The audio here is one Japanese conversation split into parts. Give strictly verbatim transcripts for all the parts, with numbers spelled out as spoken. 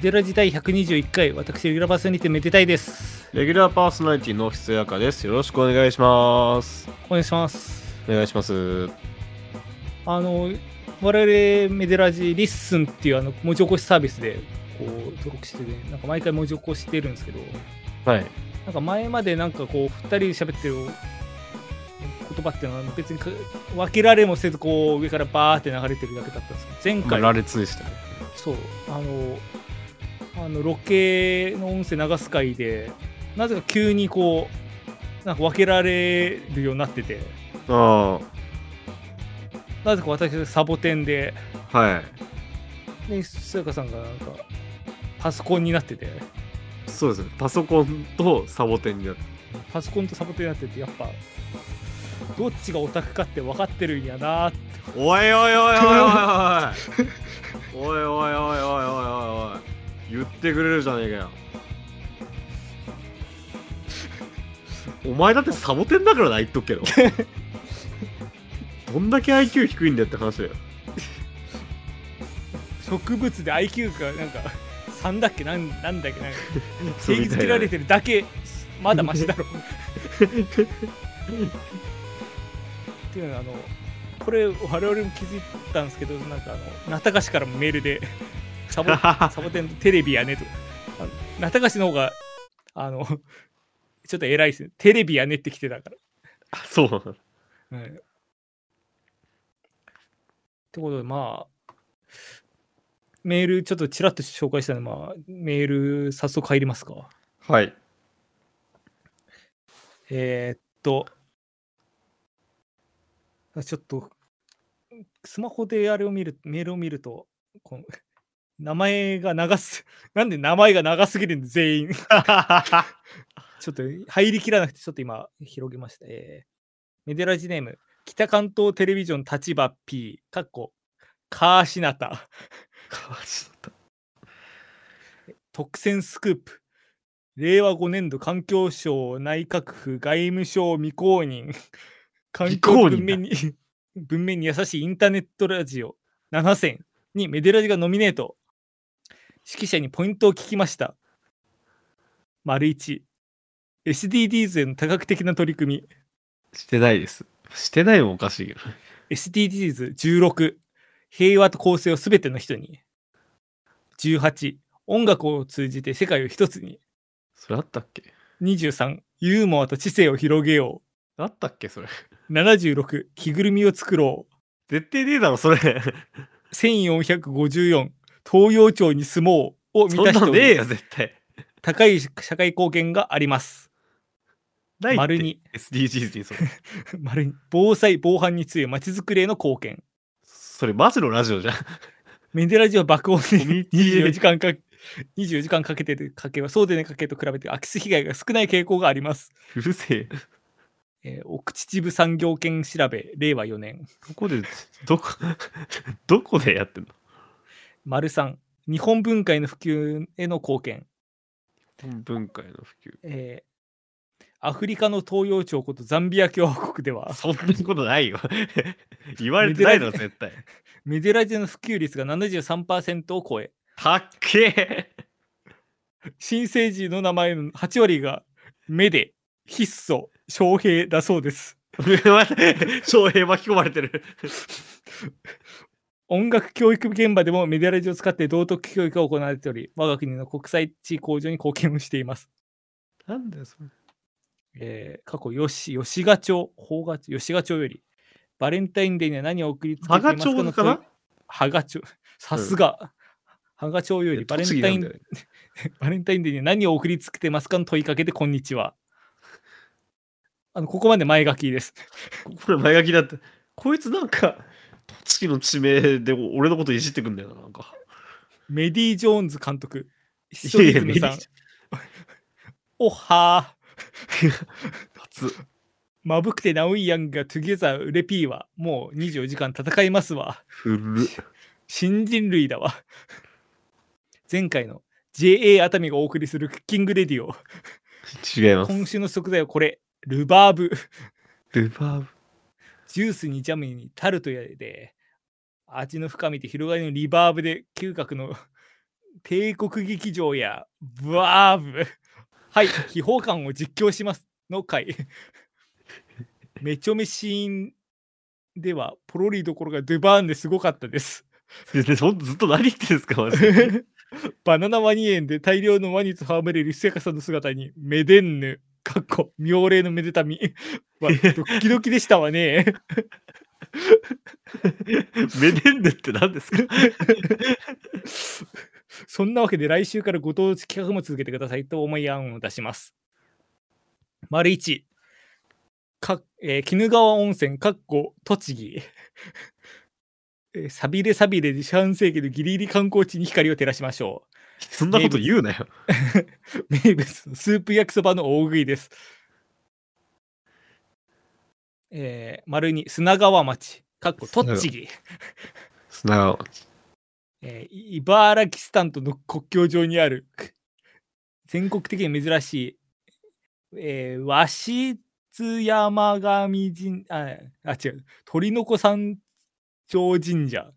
デラジ第ひゃくにじゅういっかい、私レギュラーパーソナリティめでたいです。 レギュラーパーソナリティのひつやかです。よろしくお願いします。 お願いします。 お願いします。 あの我々メデラジリッスンっていうあの文字起こしサービスでこう登録してね、なんか毎回文字起こしてるんですけど、 はい。 なんか前までなんかこうふたりで喋ってる言葉っていうのは別に分けられもせずこう上からバーって流れてるだけだったんですけど、前回、 まあ、羅列でしたね。 そうあのあのロケの音声流す回でなぜか急にこうなんか分けられるようになってて、 あなぜか私サボテンで、 あ、はい。 でさやかさんがなんかパソコンになってて、 そうですね。パソコンとサボテンになって、 パソコンとサボテンになってて、やっぱどっちがオタクかって分かってるんやなーって。 おいおいおいおいおいおいおいおいおいおいおいおい言ってくれるじゃねえかよ。お前だってサボテンだからな、言っとくけど。どんだけ アイキュー 低いんだよって話だよ。 植物で アイキュー がなんかさんだっけ、なんなんだっけ、なんか定義づけられてるだけまだマシだろ。っていうのはあのこれ我々も気づいたんですけど、なんかあのなたかしからもメールでサボサボテンテレビやねと、なたかしの方があのちょっと偉いですね。テレビやねって来てたから。 あ、そうなの。 はい。ってことでまあメールちょっとちらっと紹介したので、まあメール早速入りますか。 はい。 えー、っとちょっとスマホであれを見るメールを見るとこの名前が長すなんで名前が長すぎるんで全員ちょっと入りきらなくてちょっと今広げました。えー、メデラジネーム北関東テレビジョン立場 P かっこカーシナタ特選スクープれいわごねん度環境省内閣府外務省未公認環境と文明に文明に優しいインターネットラジオななせんにメデラジがノミネート。指揮者にポイントを聞きました。丸いち エスディージーズ への多角的な取り組み。 してないです。してないもおかしいけど。 エスディージーズじゅうろく 平和と公正をすべての人に。じゅうはち音楽を通じて世界を一つに。 それあったっけ？ にじゅうさんユーモアと知性を広げよう。あったっけそれ。 ななじゅうろく着ぐるみを作ろう。 絶対ねえだろそれ。 せんよんひゃくごじゅうよん東洋町に住もうを満たしており、 そんなねえよ絶対。 高い社会貢献があります。丸にエスディージーズ にそれ。 丸に防災防犯に強い街づくりへの貢献。 それマジのラジオじゃん。 メデラジオ爆音ににじゅうよじかんかにじゅうよじかんかけてる家計はそうでない家計と比べて空き巣被害が少ない傾向があります。 うるせえ。 えー、奥秩父産業研調べれいわよねん。 どこでどこどこでやってんの？ 丸さん日本文化への普及への貢献。 日本文化への普及。 えー、アフリカの東洋町ことザンビア共和国ではそんなことないよ。言われてないだろ絶対。 メデラジの普及率が ななじゅうさんパーセント を超え、 たっけー新生児の名前のはちわりが目で必須翔平だそうです。 翔平巻き込まれてる。 音楽教育現場でもメディアラジを使って道徳教育が行われており、我が国の国際地位向上に貢献をしています。 なんだよそれ。 えー、過去吉吉賀町邦賀吉賀町よりバレンタインデーには何を送りつけていますかのかな。 羽賀町さすが羽賀町よりバレンタイン、ね、バレンタインデーには何を送りつけてますかの問いかけてこんにちは。あのここまで前書きです。 これ前書きだって。こいつなんか栃木の地名で俺のこといじってくんだよな。なんかメディ・ジョーンズ監督シソリズムさんおは初まぶくてナウイヤンがトゥゲザーウレピーはもうにじゅうよじかん戦いますわ。 古っ新人類だわ。前回の ジェーエー 熱海がお送りするクッキングレディオ。 違います。 今週の食材はこれルバーブ。 ルバーブ。 ジュースにジャムにタルトやで味の深みと広がりのリバーブで嗅覚の帝国劇場やブワーブはい秘宝館を実況しますの回めちょめシーンではポロリどころがドゥバーンですごかったですででほんとずっと何言ってんですかマジで。 バナナワニ園で大量のワニと戯れるひそやかさんの姿にめでんぬかっこ妙齢のめでたみはドッキドキでしたわねめでんぬって何ですかそんなわけで来週からご当地企画も続けてくださいと思い案を出します。丸いちか、えー、鬼怒川温泉かっこ栃木えーさびれさびれで四半世紀のギリギリ観光地に光を照らしましょう。 そんなこと言うなよ。 名物のスープ焼きそばの大食いです。えー、丸に砂川町かっこ栃木砂川町、 えー、茨城スタンとの国境上にある全国的に珍しい、えー、鷲津山上神ああ違う鳥の子山頂神社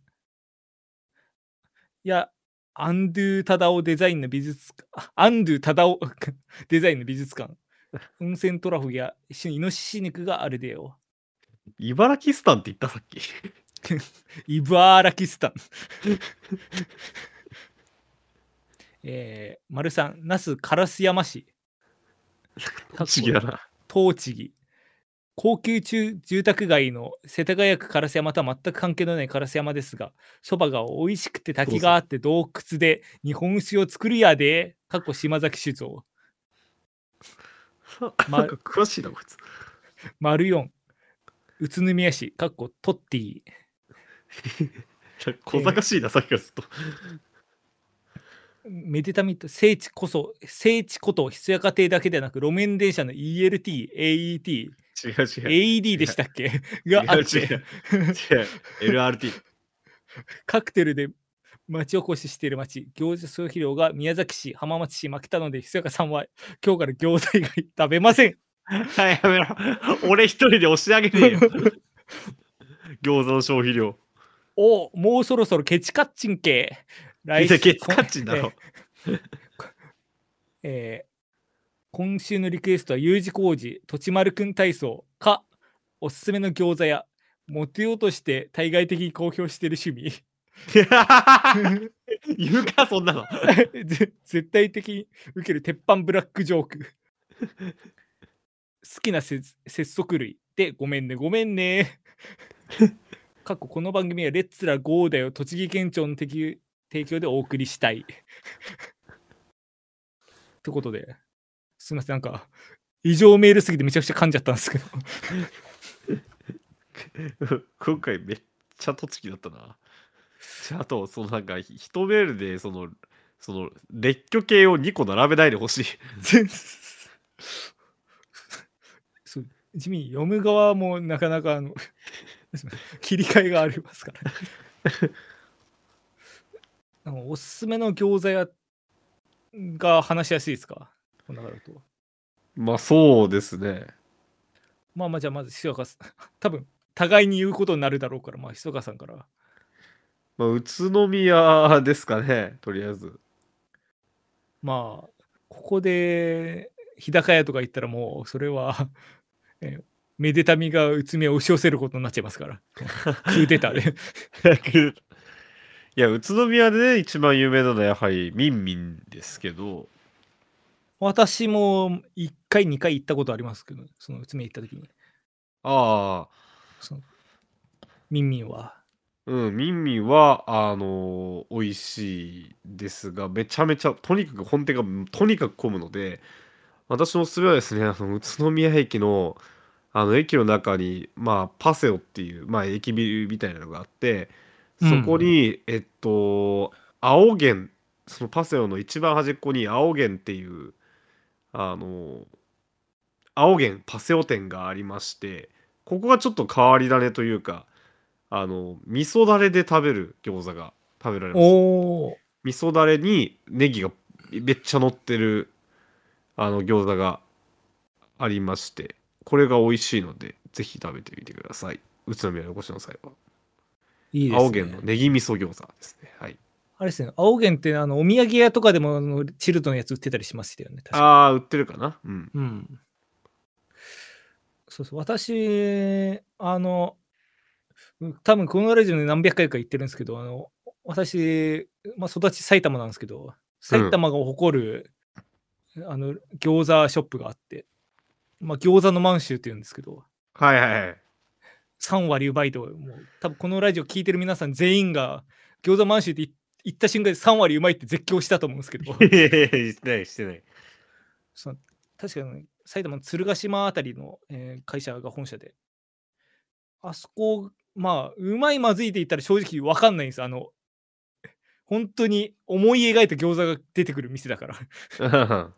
やアンドゥ・タダオデザインの美術館アンドゥ・タダオデザインの美術館温泉トラフやイノシシ肉があるでよ。 茨城スタンって言ったさっき茨城スタンえー、丸さん那須烏山市栃木だな。 栃木高級中住宅街の世田谷区烏山とは全く関係のない烏山ですが、そばが美味しくて滝があって洞窟で日本酒を作るやで、かっこ島崎酒造。 なんか詳しいなこいつ。 丸よん宇都宮市かっこトッティ小賢しいな、えー、さっきからずっと。 めでたみと聖地こそ聖地ことひそやか亭だけでなく路面電車の イーエルティー、エーイーティー、 違う違うエーイーディー でしたっけがあって、 違う違う違う エルアールティーカクテルで町おこししている町餃子消費量が宮崎市浜松市負けたのでひそやかさんは今日から餃子以外食べませんはいやめろ俺一人で押し上げねえよ餃子の消費量。 おもうそろそろケチカッチン系来週ケチカッチンだろえー、今週のリクエストは U 字工事とちまるくん体操かおすすめの餃子やモテようとして対外的に公表している趣味言うかそんなの絶対的に受ける鉄板ブラックジョーク好きな節足類でごめんねごめんね過去この番組はレッツラゴーだよ栃木県庁の提供でお送りしたいってことですみませんなんか異常メールすぎてめちゃくちゃ噛んじゃったんですけど今回めっちゃ栃木だったな。あとそのなんか一メールでそのその列挙系をにこ並べないでほしいそう地味に読む側もなかなかあの切り替えがありますからおすすめの餃子屋が話しやすいですかこんなだと。 まあそうですね。 まあまあじゃあまずひそかさん多分互いに言うことになるだろうからまあひそかさんから。 まあ宇都宮ですかねとりあえず。 まあここで日高屋とか言ったらもうそれはえめでたみが宇都宮を押し寄せることになっちゃいますからクーデターでいや宇都宮で、ね、一番有名なのはやはりみんみんですけど、 私もいっかいにかい行ったことありますけどその宇都宮行った時に。 ああそのみんみんはうんみんみんはあのー、美味しいですがめちゃめちゃとにかく本店がとにかく混むので、私のおすすめはですねあの宇都宮駅のあの駅の中にまあパセオっていう、まあ、駅ビルみたいなのがあってそこに、うん、えっと青源そのパセオの一番端っこに青源っていうあの青源パセオ店がありまして、ここがちょっと変わり種というかあの味噌だれで食べる餃子が食べられます。お味噌だれにネギがめっちゃ乗ってるあの餃子がありまして、これが美味しいのでぜひ食べてみてください。宇都宮にお越しの際は。いいですね。青源のネギ味噌餃子ですね。はい。 あれですね、青源ってあのお土産屋とかでもあのチルトのやつ売ってたりしましたよね、確か。 ああ、売ってるかな。うん。 うん。そうそう、私、あの、うん多分このラジオで何百回か言ってるんですけど、あの、私、まあ、育ち埼玉なんですけど、埼うん。 玉が誇るあの餃子ショップがあって、まあ、餃子の満州って言うんですけど、 はいはいはい。 さん割うまいと、もう多分このラジオ聞いてる皆さん全員が餃子満州って言言った瞬間にさん割うまいって絶叫したと思うんですけど、 いやいやいやしてないしてない。 その確かに埼玉の鶴ヶ島あたりの、えー会社が本社で、あそこ、まあ、うまいまずいって言ったら正直わかんないんです。あの、本当に思い描いた餃子が出てくる店だから。 うん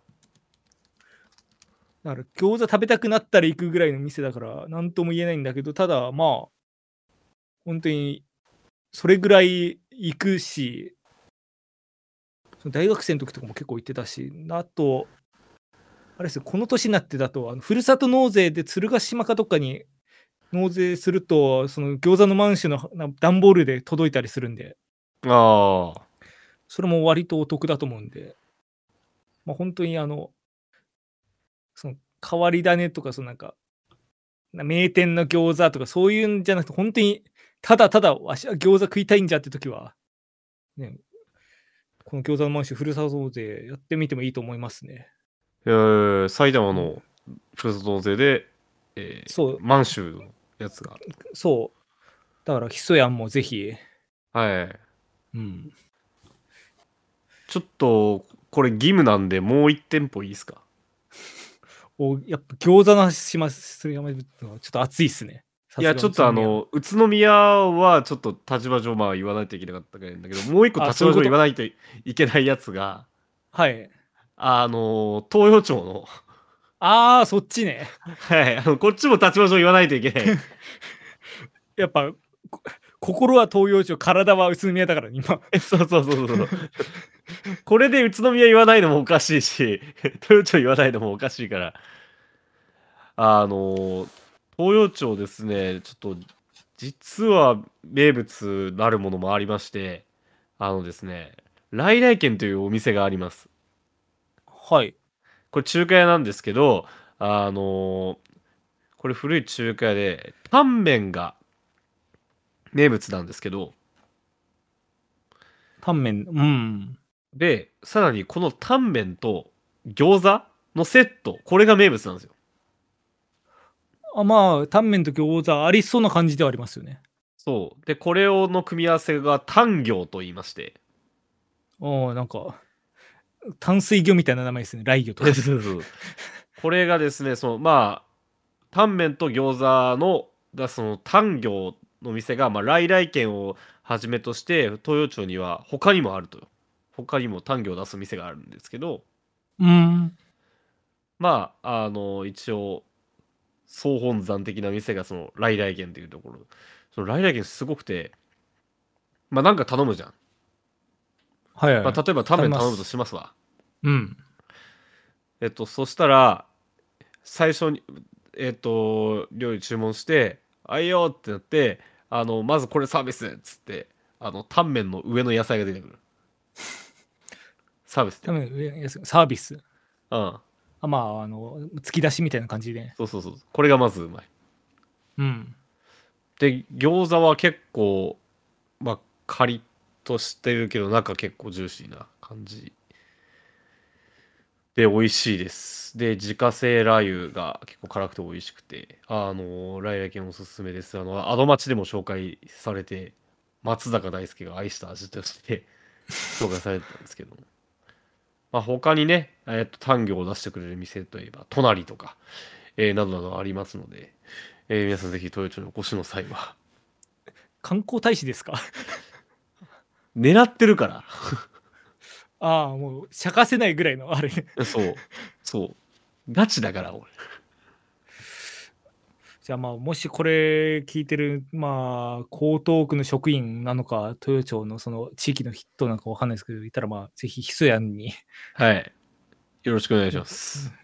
だから餃子食べたくなったら行くぐらいの店だから、なんとも言えないんだけど、ただまあ、本当にそれぐらい行くし、その大学生の時とかも結構行ってたし、あと、あれですよ、この年になってだと、あのふるさと納税で鶴ヶ島かどっかに納税すると、その餃子の満州のな段ボールで届いたりするんで、 ああ。 それも割とお得だと思うんで、まあ、本当にあの、その変わり種とか、そのなんか、な名店の餃子とかそういうんじゃなくて、本当にただただわしは餃子食いたいんじゃって時は、ね、この餃子の満州ふるさと納税やってみてもいいと思いますね。 えー、埼玉うん、 のふるさと納税で、えー、 そう、 満州のやつが。 そう。だからひそやんもぜひ、 はい。 うん。 ちょっと、これ義務なんで、もう一店舗いいですか？ おやっぱ餃子の話しますする山口のはちょっと熱いっすね。さすいや、ちょっとが宇都宮。 あの、宇都宮はちょっと立場上まあ言わないといけなかったんだけど、もう一個あ、 立場上そういうこと。 言わないといけないやつが、 はい。 あの、東洋町の、 ああ、そっちね。 はい、あの、こっちも立場上言わないといけない。 やっぱ、こ心は東洋町、体は宇都宮だからね、今。 え、そうそうそうそうそう。これで宇都宮言わないのもおかしいし、東洋町言わないのもおかしいから、あの、東洋町ですね、ちょっと、実は名物なるものもありまして、あのですね、来来軒というお店があります。 はい。 これ中華屋なんですけど、あの、これ古い中華屋で、タンメンが名物なんですけど、 タンメン、うん。 で、さらにこのタンメンと餃子のセット、これが名物なんですよ。 あ、まあ、タンメンと餃子ありそうな感じではありますよね。 そう。で、これをの組み合わせがタン餃と言いまして、 ああ、なんか、淡水魚みたいな名前ですね。ライ魚とか。 そうそうそう。これがですね、その、まあ、タンメンと餃子の、だその、タン餃の店が、まあ、来来軒をはじめとして、東洋町には他にもあると。他にもタン餃を出す店があるんですけど、 うーん。 まあ、あの、一応、総本山的な店がその、来来軒というところ。その来来軒すごくて、まあ、なんか頼むじゃん。まあ、 はいはい。 例えばタンメン頼むと食べます。 しますわ。 うん。 えっと、そしたら、最初に、えっと、料理注文して、あいよってなって、あの、まずこれサービスっつって、あの、タンメンの上の野菜が出てくる。サービスで。 タンメン、いやサービス。 うん。 あ、まあ、あの、突き出しみたいな感じで。 そうそうそう。これがまずうまい。 うん。 で、餃子は結構、まあ、カリッとしてるけど、中結構ジューシーな感じ。で、美味しいです。で、自家製ラー油が結構辛くて美味しくて、あの、ライラ犬おすすめです。あの、アドマチでも紹介されて、松坂大輔が愛した味として紹介されてたんですけども。まあ、他にね、えっと、単魚を出してくれる店といえば、隣とか、えーなどなどありますので、えー皆さんぜひ豊町にお越しの際は、 観光大使ですか？ 狙ってるかああ、もう、しゃかせないぐらいの、あれ。 ら。そう、そう。ガチだから、俺。 じゃあまあ、もしこれ聞いてる、まあ、江東区の職員なのか、豊町のその地域の人なのかわかんないですけど、いたらまあ、ぜひひそやんに。 はい。よろしくお願いしまうんす。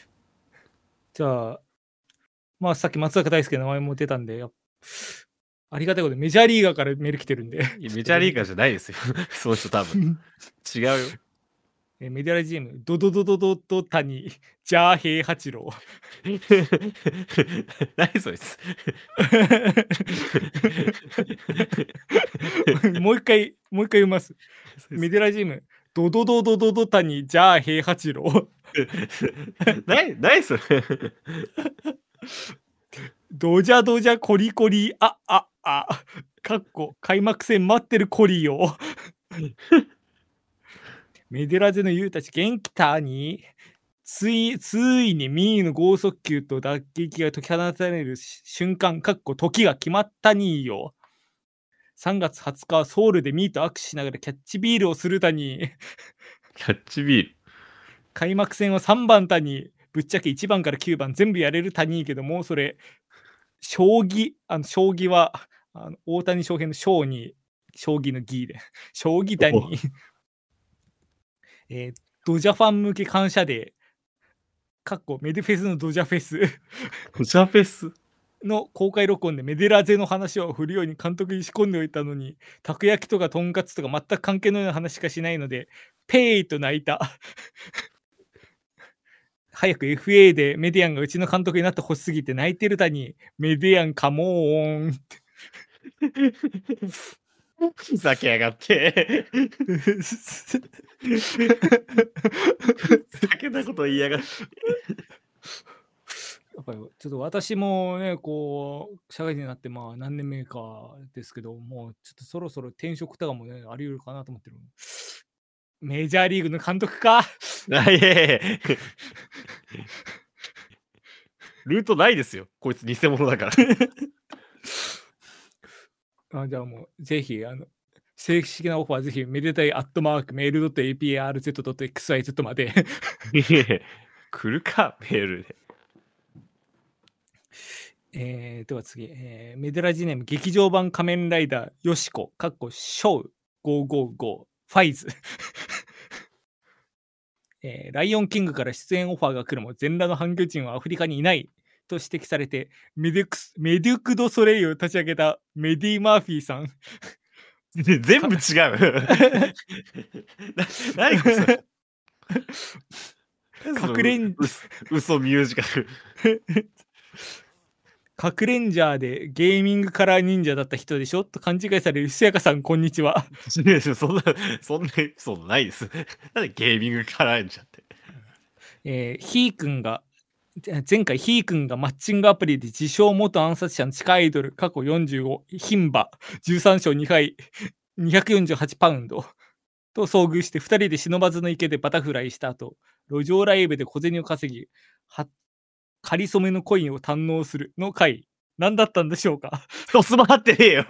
じゃあ、まあ、さっき松坂大輔の名前も出たんで、やっありがたいことにメジャーリーガーからメール来てるんで。 いやメジャーリーガーじゃないですよ。その人多分。違うよ。 えメディアラジーム、ドドドドドド谷、ジャーヘイ八郎。 何そいつ。 もう一回、もう一回読みます。メディアラジーム、ドドドドドド谷、ジャーヘイ八郎。 何何それ。 ドジャドジャコリコリ、あ、あ、あ、かっこ、開幕戦待ってるコリよ。メデラゼのユウたち元気たについ、ついにミーの剛速球と打撃が解き放たれる瞬間、かっこ時が決まったによ。さんがつはつかはソウルでミーと握手しながらキャッチビールをするたに。 キャッチビール。 開幕戦はさんばんたに、ぶっちゃけいちばんからきゅうばん全部やれるたにけども、それ、将棋、あの将棋はあの大谷翔平の将に、将棋のギーで、将棋だに。えー、ドジャファン向け感謝デー、かっこメデフェスのドジャフェスドジャフェスの公開録音でメデラゼの話を振るように監督に仕込んでおいたのに、たこ焼きとかとんかつとか全く関係のような話しかしないので、ペイと泣いた。早く エフエー でメディアンがうちの監督になってほしすぎて泣いてるたに、メディアンカモーン。 ふざけやがって。ふざけたこと言いやがって。 やっぱりちょっと私もね、こう、社会人になってまあ何年目かですけど、もうちょっとそろそろ転職とかもね、あり得るかなと思ってる。メジャーリーグの監督か。 あ、いえいえ。ルートないですよ。こいつ偽物だから。 あじゃあもう、ぜひ、あの、正式なオファーぜひ、めでたいアットマークメールドットエーピーアールゼットドットエックスワイゼット まで。 来るか、メールで。 えー、では次、えー、メデラジネーム劇場版仮面ライダーヨシコ、かっこショウごーごーごー、ファイズ。えー、ライオンキングから出演オファーが来るも全裸の半魚人はアフリカにいないと指摘されて、メデュクスメデュク・ド・ソレイユを立ち上げたメディ・マーフィーさん。 全部違う。な何これ。 隠れん嘘ミュージカル。 核レンジャーでゲーミングカラー忍者だった人でしょと勘違いされるひそやかさん、こんにちは。 そんな、そんなエピソードないです。なんでゲーミングカラー忍者って。 えー、ヒー君が、前回ヒー君がマッチングアプリで自称元暗殺者の地下アイドル、過去よんじゅうご、牝馬、じゅうさんしょうにはい、にひゃくよんじゅうはちパウンドと遭遇してふたりで忍ばずの池でバタフライした後、路上ライブで小銭を稼ぎ、はかりそめのコインを堪能するの回、何だったんでしょうか。 トス回ってねえよ。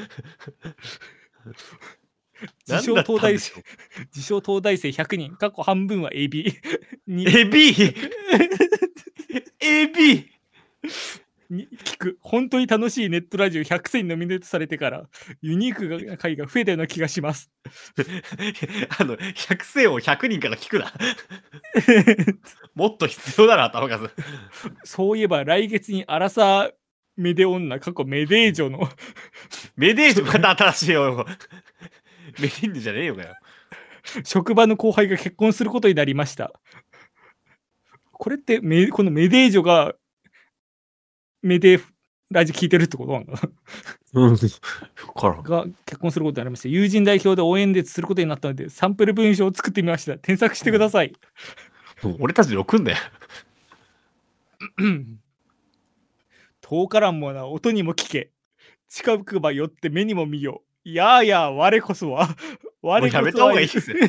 自称東大生、自称東大生ひゃくにん、過去半分は エービー。 エービー エービーに聞く。本当に楽しいネットラジオひゃくせんにノミネートされてから、ユニークな回が増えたような気がします。 あの、ひゃくせんをひゃくにんから聞くな。もっと必要だな、頭数。 そういえば来月にアラサーメデ女、過去メデージョの。 メデージョまた新しいよ。メディンヌじゃねえよかよ。 職場の後輩が結婚することになりました。これってメ、このメデージョが、メデラジ聞いてるってことなのかな。 うん。からが結婚することになりました。友人代表で応援ですることになったので、サンプル文章を作ってみました。添削してください。 俺たちで送んだよ。 遠からんもな、音にも聞け。近くば寄って目にも見よ。いやーやー、我こそは。我こそは。 もうやめた方がいいですよ。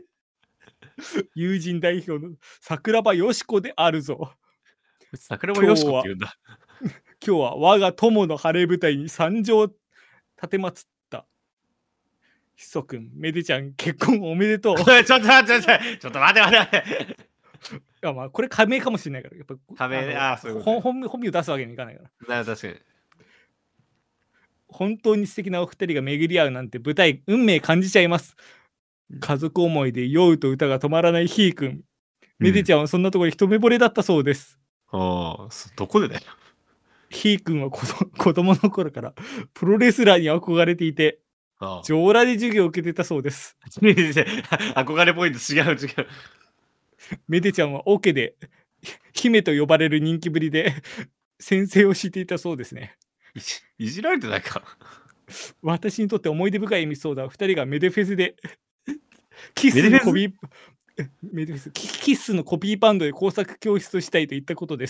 友人代表の桜庭よしこであるぞ。 桜庭よしこって言うんだ。 今日は我が友の晴れ舞台に参上立てまつった。ひそくん、めでちゃん、結婚おめでとう。 ちょっと待って待って、ちょっと待って待って。 いやまあこれ仮名かもしれないから、やっぱ仮名ね、ああ、そういうこと。本名出すわけにいかないから。 な確かに。 本当に素敵なお二人が巡り合うなんて舞台、運命感じちゃいます。家族思いで酔うと歌が止まらないひーくん。めでちゃんはそんなところに一目惚れだったそうです。 うん、ああ、どこでだよ。 ひーくんは子ど子供の頃からプロレスラーに憧れていて、 ああ。 上裸で授業を受けてたそうです。 憧れポイント違う違う。 めでちゃんはオケで姫と呼ばれる人気ぶりで先生をしていたそうですね。 いじいじられてないか。 私にとって思い出深いエピソードはふたりがメデフェスでキメデフェススのコピーえメデフェスキキスのコピーバンドで工作教室をしたいと言ったことです。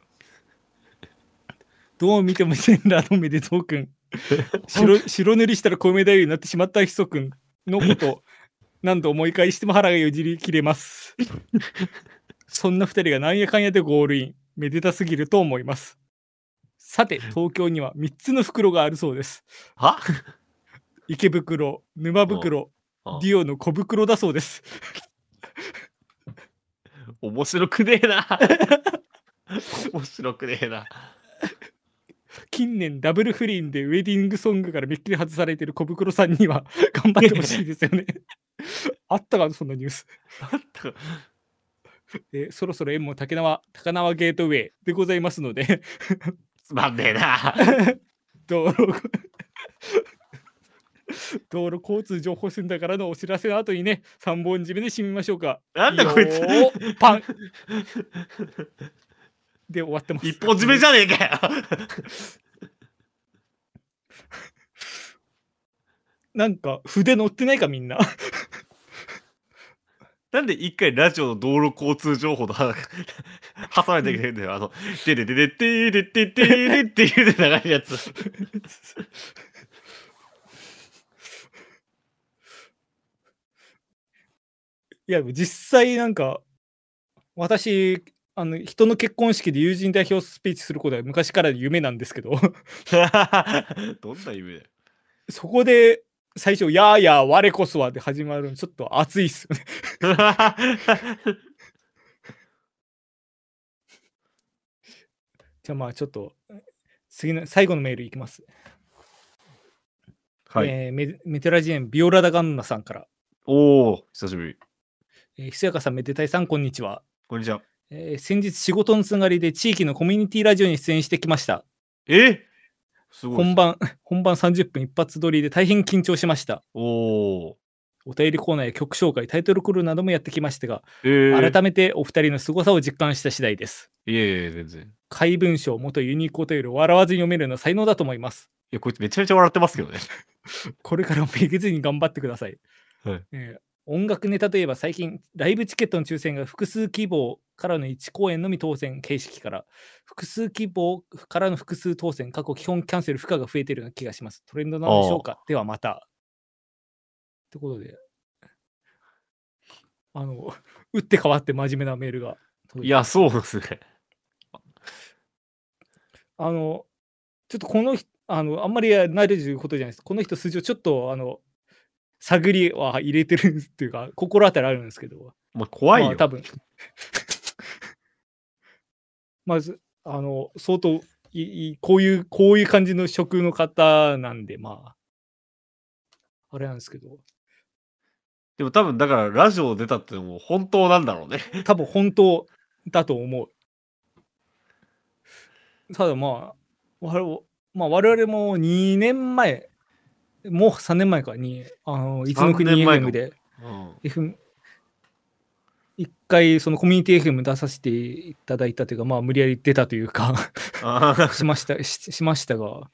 どう見てもジェンダーのめでとうくん。白白塗りしたら米太夫になってしまったひそくんのこと何度思い返しても腹がよじり切れます。そんなふたりがなんやかんやでゴールイン。めでたすぎると思います。さて、東京にはみっつの袋があるそうです。 は池袋、沼袋、 ああディオの小袋だそうです。 面白くねえな。面白くねえな。 近年ダブル不倫でウェディングソングからめっきり外されている小袋さんには頑張ってほしいですよね。あったかなそんなニュース。 あったかえーそろそろ縁も竹縄高輪ゲートウェイでございますのでつまんねえな。 道路道路交通情報センターからのお知らせの後にねさんぼん締めで締めましょうか。 なんだこいついいよーパンで終わってます。 一本締めじゃねえかよ。 なんか筆乗ってないかみんな。 なんで一回ラジオの道路交通情報とは挟まれてきてるんだよ。あの、でででででででででっていう長いやつ。 いや実際なんか私あの人の結婚式で友人代表スピーチすることは昔から夢なんですけどどんな夢だよ。 そこで最初「やーやー我こそは」で始まるのちょっと熱いっすよね。じゃあまあちょっと次の最後のメールいきます。 はい。 えーメメテラジエンビオラダガンナさんから、 おお、久しぶり。 えーひそやかさんめでたいさんこんにちは。 こんにちは。 えー先日仕事のつながりで地域のコミュニティラジオに出演してきました。 えすごいっす。 本番本番さんじゅっぷん一発撮りで大変緊張しました。 おお。 お便りコーナーや曲紹介タイトルコールなどもやってきましたが、 えー、 改めてお二人の凄さを実感した次第です。 いえいえ、全然。 怪文章元ユニークお便りを笑わずに読めるのは才能だと思います。 いや、こいつめちゃめちゃ笑ってますけどね。 これからもめげずに頑張ってください。 はい。 えー音楽ネタといえば最近ライブチケットの抽選が複数希望からのいち公演のみ当選形式から複数希望からの複数当選過去基本キャンセル不可が増えているような気がします。トレンドなのでしょうか。ではまた。ということであの打って変わって真面目なメールが届いていや、そうですね。 あのちょっとこの人あのあんまり慣れることじゃないです。この人数字をちょっとあの探りは入れてるっていうか心当たりあるんですけど、 まあ、怖いよ。 まあ多分まずあの相当いいこういうこういう感じの職の方なんでまああれなんですけど、 でも多分だからラジオ出たってのも本当なんだろうね。 多分本当だと思う。ただまあ我々まあ我々もにねんまえもうさんねんまえかにあのいつの国さんねんまえエフエムかも。 でうん。 F 一回そのコミュニティ エフエム 出させていただいたというかまあ無理やり出たというかあーしましたししましたが、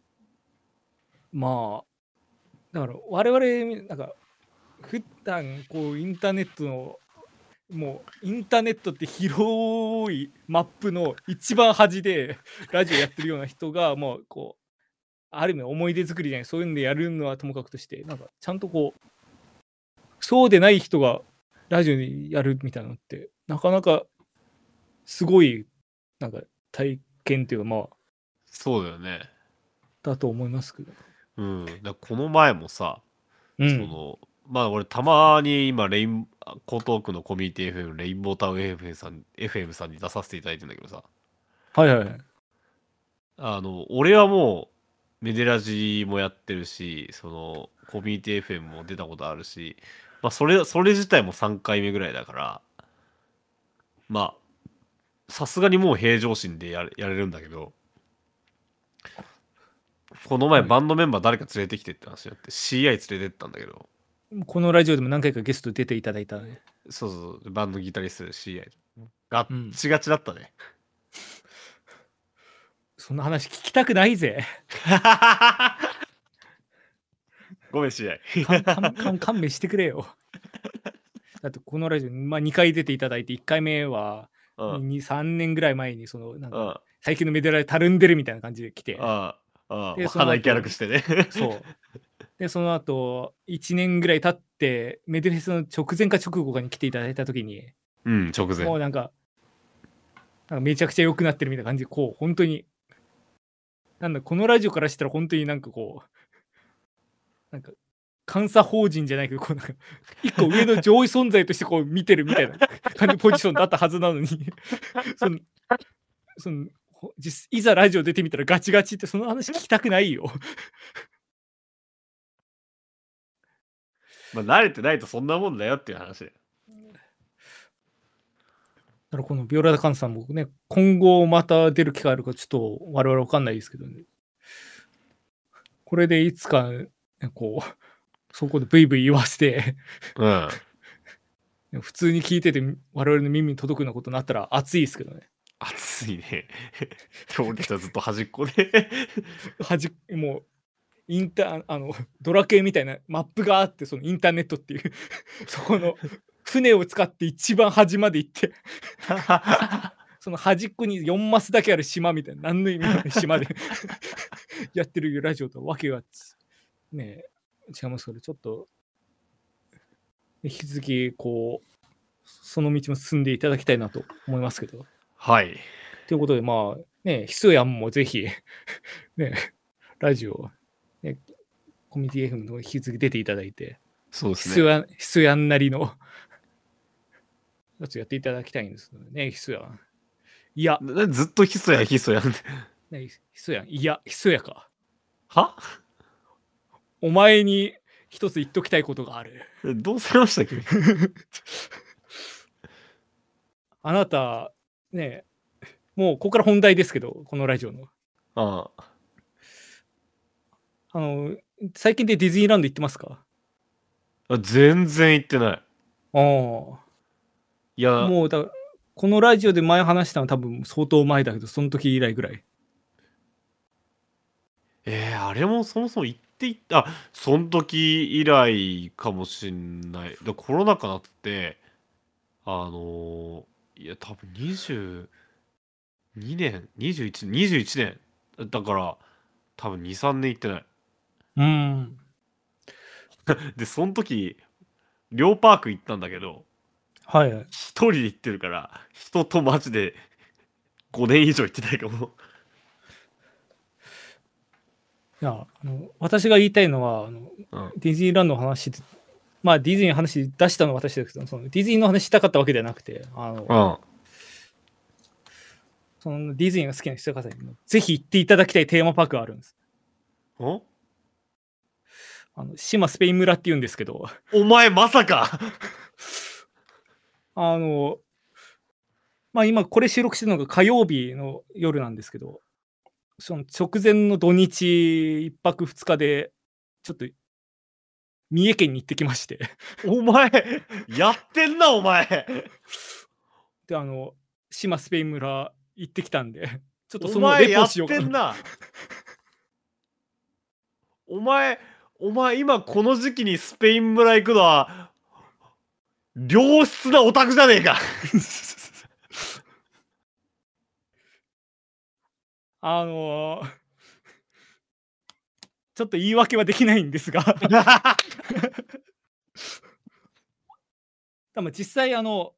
まあだから我々なんか普段こうインターネットのもうインターネットって広いマップの一番端でラジオやってるような人がもうこうある意味思い出作りじゃないそういうんでやるのはともかくとしてなんかちゃんとこうそうでない人がラジオにやるみたいなのってなかなかすごいなんか体験っていうかまあそうだよね。 だと思いますけど。 うん。だからこの前もさ、 うん。 その、まあ俺たまに今レイン、江東区のコミュニティ エフエム、レインボータウン エフエム さん、エフエム さんに出させていただいてんだけどさ、 はいはいはい。 あの、俺はもうメデラジもやってるし、その、コミュニティ エフエム も出たことあるし、まあそれ、それ自体もさんかいめぐらいだから、まあ、さすがにもう平常心でやれやれるんだけど、 この前はいバンドメンバー誰か連れてきてって話になって シーアイ 連れてったんだけど、 このラジオでも何回かゲスト出ていただいたね。 そうそうそうバンドギタリスト シーアイ ガうんッチガチだったね、 そんな話聞きたくないぜ。 ごめん シーアイ勘勘勘勘弁してくれよ。だってこのラジオ、まあ、にかい出ていただいていっかいめはうんにさんねんぐらい前にそのなんうんか最近のメディアでたるんでるみたいな感じで来て、 あああでその後鼻息荒くしてねそうでその後いちねんぐらい経ってメデフェスの直前か直後かに来ていただいた時にうん直前もうなんかなんかめちゃくちゃ良くなってるみたいな感じでこう本当になんだこのラジオからしたら本当になんかこうなんか監査法人じゃないけどこうなんか一個上の上位存在としてこう見てるみたいな感じのポジションだったはずなのにそのそのほ実いざラジオ出てみたらガチガチってその話聞きたくないよ。 まあ慣れてないとそんなもんだよっていう話で。 だからこのビオラダカンさんもね今後また出る機会あるかちょっと我々わかんないですけどね。これでいつか、ね、こうそこでブイブイ言わせてうん普通に聞いてて我々の耳に届くようなことになったら熱いですけどね。 熱いね今日来たずっと端っこではじもうインターあのドラ系みたいなマップがあってそのインターネットっていうそこの船を使って一番端まで行ってその端っこによんマスだけある島みたいな何の意味もない島でやってるラジオとわけがね違いますけどちょっと引き続きこうその道も進んでいただきたいなと思いますけど。 はいということでまあねひそやんもぜひねラジオ、ね、コミュニティ エフエム の引き続き出ていただいてそうですねひそやひそやんなりのやつやっていただきたいんですねひそやん。いや、 なずっとヒソやヒソやんね、ひそやんいやひそやかはお前に一つ言っときたいことがある。 どうされましたっけあなたねもうここから本題ですけどこのラジオのあああの最近でディズニーランド行ってますか？ あ全然行ってない。 ああいやもうだこのラジオで前話したのは多分相当前だけどその時以来ぐらい。 えー、あれもそもそも行っていったあその時以来かもしんない。だコロナ禍なってあのー、いや多分にじゅうにねんにじゅういちねんにじゅういちねんだから多分にさんねん行ってない。 うんでその時両パーク行ったんだけどはい一人で行ってるから人とマジでごねん以上行ってないかも。 いやあの私が言いたいのはあの、 うん、 ディズニーランドの話まあディズニーの話出したのは私ですけどそのディズニーの話したかったわけではなくてあの、 うんそのディズニーが好きな人方にぜひ行っていただきたいテーマパークがあるんです。 おあの島スペイン村っていうんですけどお前まさかあのまあ今これ収録してるのが火曜日の夜なんですけどその直前の土日いっぱくふつかでちょっと三重県に行ってきましてお前やってんなお前であの島スペイン村行ってきたんでちょっとそおの前やっレポしようかてんなお前お前今この時期にスペイン村行くのは良質なオタクじゃねえかあのーちょっと言い訳はできないんですが多分実際あの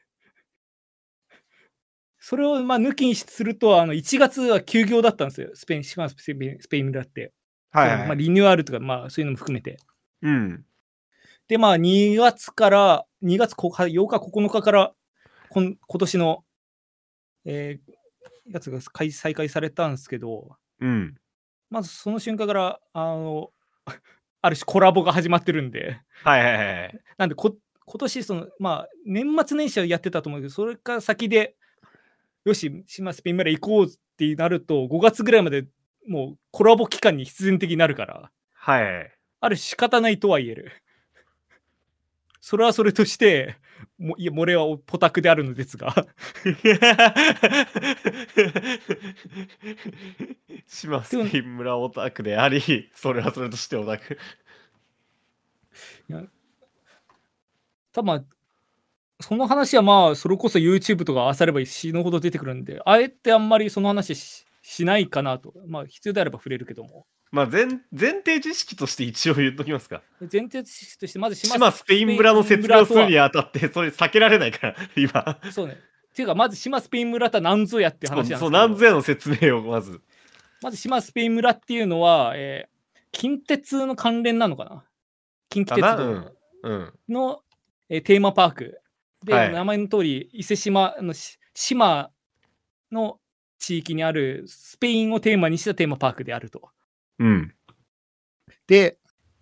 それをまあ抜きにするとあのいちがつは休業だったんですよスペインスペインスペイン村って、 はいはい、 まあ、リニューアルとかまあそういうのも含めてうんでまあにがつからにがつようかここのかから今年の、えー、やつが再開されたんですけど、 うん、 まずその瞬間からあのある種コラボが始まってるんで、 はいはいはい、 なんでこ今年そのまあ年末年始はやってたと思うけどそれから先でよし島スペイン村行こうってなるとごがつぐらいまでもうコラボ期間に必然的になるから、 はい。 ある仕方ないとは言える。それはそれとして、もいや、俺はポタクであるのですが。 島でもスペイン村オタクであり、それはそれとしてオタク。 いや、多分その話はまあ、それこそ YouTube とか漁れば死ぬほど出てくるんで、あえてあんまりその話ししないかなと。まあ、必要であれば触れるけども。 まあ前、前提知識として一応言っときますか。 前提知識として、まず島スペイン村の説明をするにあたって、それ避けられないから、今。 そうね。っていうか、まず島スペイン村とは何ぞやって話なんですけど。 そう、何ぞやの説明をまず。 まず島スペイン村っていうのは、えー、近鉄の関連なのかな、近畿鉄道の、 うんうんの、えー、テーマパークで、 はい、 名前の通り伊勢島の島の地域にあるスペインをテーマにしたテーマパークであると。 うん、 で、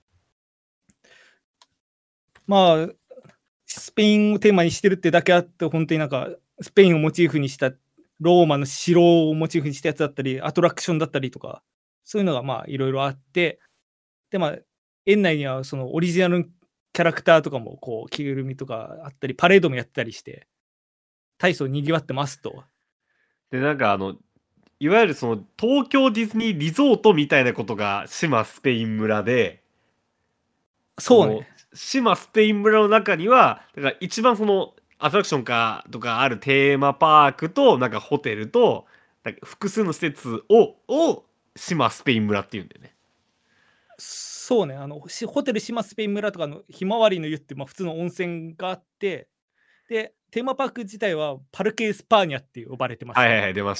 まあスペインをテーマにしてるってだけあって、本当になんかスペインをモチーフにしたローマの城をモチーフにしたやつだったり、アトラクションだったりとか、そういうのがまあいろいろあって、でまあ園内にはそのオリジナルキャラクターとかもこう着ぐるみとかあったり、パレードもやってたりして、大層にぎわってますと。 でなんかあのいわゆるその東京ディズニーリゾートみたいなことが島スペイン村で、 そうね。 島スペイン村の中にはだから一番そのアトラクションかとかあるテーマパークとなんかホテルとなんか複数の施設をを島スペイン村っていうんだよね。 そうね、あのホテル島スペイン村とかのひまわりの湯って、まあ、普通の温泉があって、でテーマパーク自体はパルケ・エスパーニャって呼ばれてます。 はいはいはい、出ました。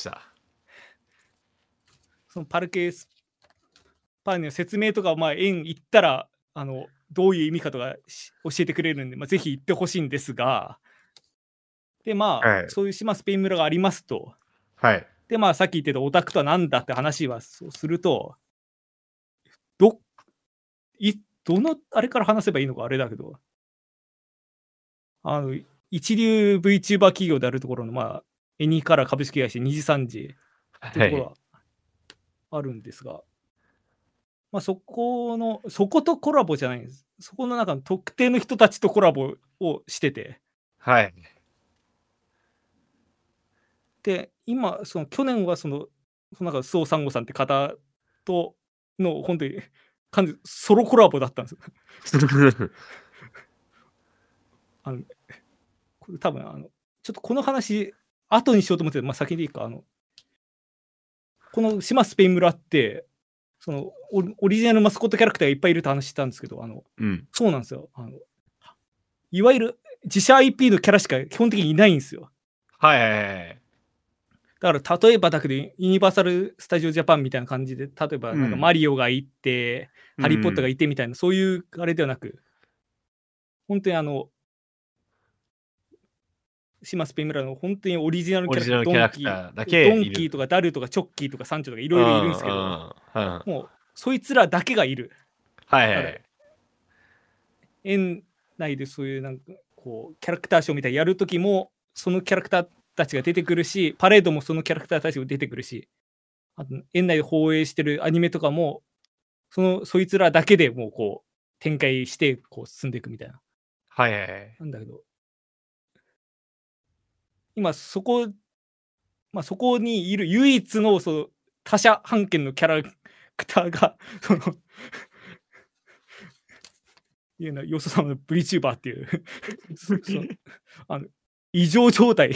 そのパルケ・エスパーニャの説明とか、まあ園行ったらあのどういう意味かとか教えてくれるんで、まあ、ぜひ行ってほしいんですが、でまあ、 はい、 そういう島スペイン村がありますと。 はい、 でまあさっき言ってたオタクとは何だって話はそうすると、どいどのあれから話せばいいのかあれだけど、あの一流 VTuber 企業であるところの、まあ、エニカラ株式会社にじさんじっていうところはあるんですが、まあ、そこのそことコラボじゃないんです。そこの中の特定の人たちとコラボをしてて、 はい。 で今その去年はそのそのなんか周防サンゴさんって方との本当に完全ソロコラボだったんですよ。あのこれ多分あのちょっとこの話後にしようと思ってて、まあ、先でいいか。あのこの島スペイン村ってそのオリジナルマスコットキャラクターがいっぱいいるって話したんですけど、あの、 うん、 そうなんですよ。あのいわゆる自社 アイピー のキャラしか基本的にいないんですよ。 はいはいはい。 だから例えばだけどユニバーサル・スタジオ・ジャパンみたいな感じで、例えばなんかマリオがいて、うん、ハリー・ポッターがいてみたいな、そういうあれではなく、本当にあの島スペイン村の本当にオリジナルキャラクター、ドンキー、ドンキーとかダルとかチョッキーとかサンチョとかいろいろいるんですけど、もうそいつらだけがいる。 はいはい。 園内でそういうなんかこうキャラクターショーみたいなやるときもそのキャラクターたちが出てくるし、パレードもそのキャラクターたちが出てくるし、あと園内で放映してるアニメとかもそのそいつらだけでもうこう展開してこう進んでいくみたいな。 はいはいはい。 なんだけど今そこ、まあ、そこにいる唯一のその他社版権のキャラクターがそのいうのよそさんのブリチューバーっていうそあの異常状態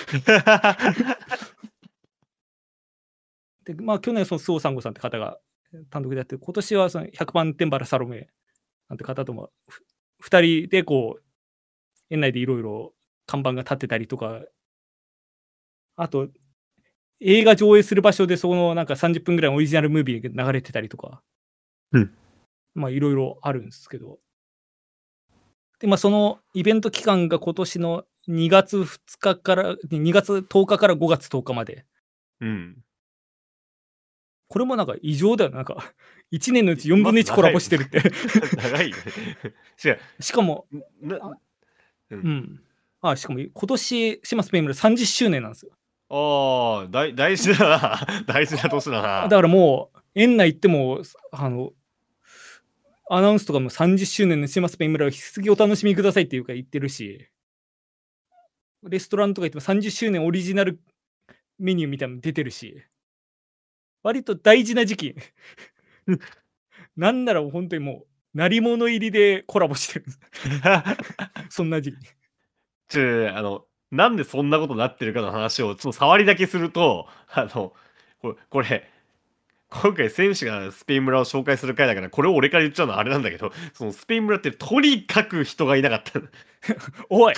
で、まあ去年その周防サンゴさんって方が単独でやって、今年はそのひゃくばんてんバラサロメなんて方ともふたりでこう園内でいろいろ看板が立ってたりとか、あと映画上映する場所でそのなんかさんじゅっぷんぐらいのオリジナルムービーが流れてたりとか、 うん、 まあいろいろあるんですけど、でまあそのイベント期間が今年のにがつふつかからにがつとおかからごがつとおかまで、 うん、これもなんか異常だよ。なんかいちねんのうちよんぶんのいちコラボしてるって長いしかもうん、あしかも今年島スペイン村さんじゅっしゅうねんなんですよ。 ああ、大大事だな大事な年だな。 だからもう園内行っても、あの、アナウンスとかもさんじゅっしゅうねんの島スペイン村を引き続きお楽しみくださいっていうか言ってるし、レストランとか行ってもさんじゅっしゅうねんオリジナルメニューみたいなの出てるし、割と大事な時期。なんなら本当にもう、鳴り物入りでコラボしてる。そんな時期。 ちょ、あの、なんでそんなことになってるかの話をちょっと触りだけすると、あの、これこれ、今回選手がスペイン村を紹介する回だから、これを俺から言っちゃうのはあれなんだけど、そのスペイン村ってとにかく人がいなかった。 おい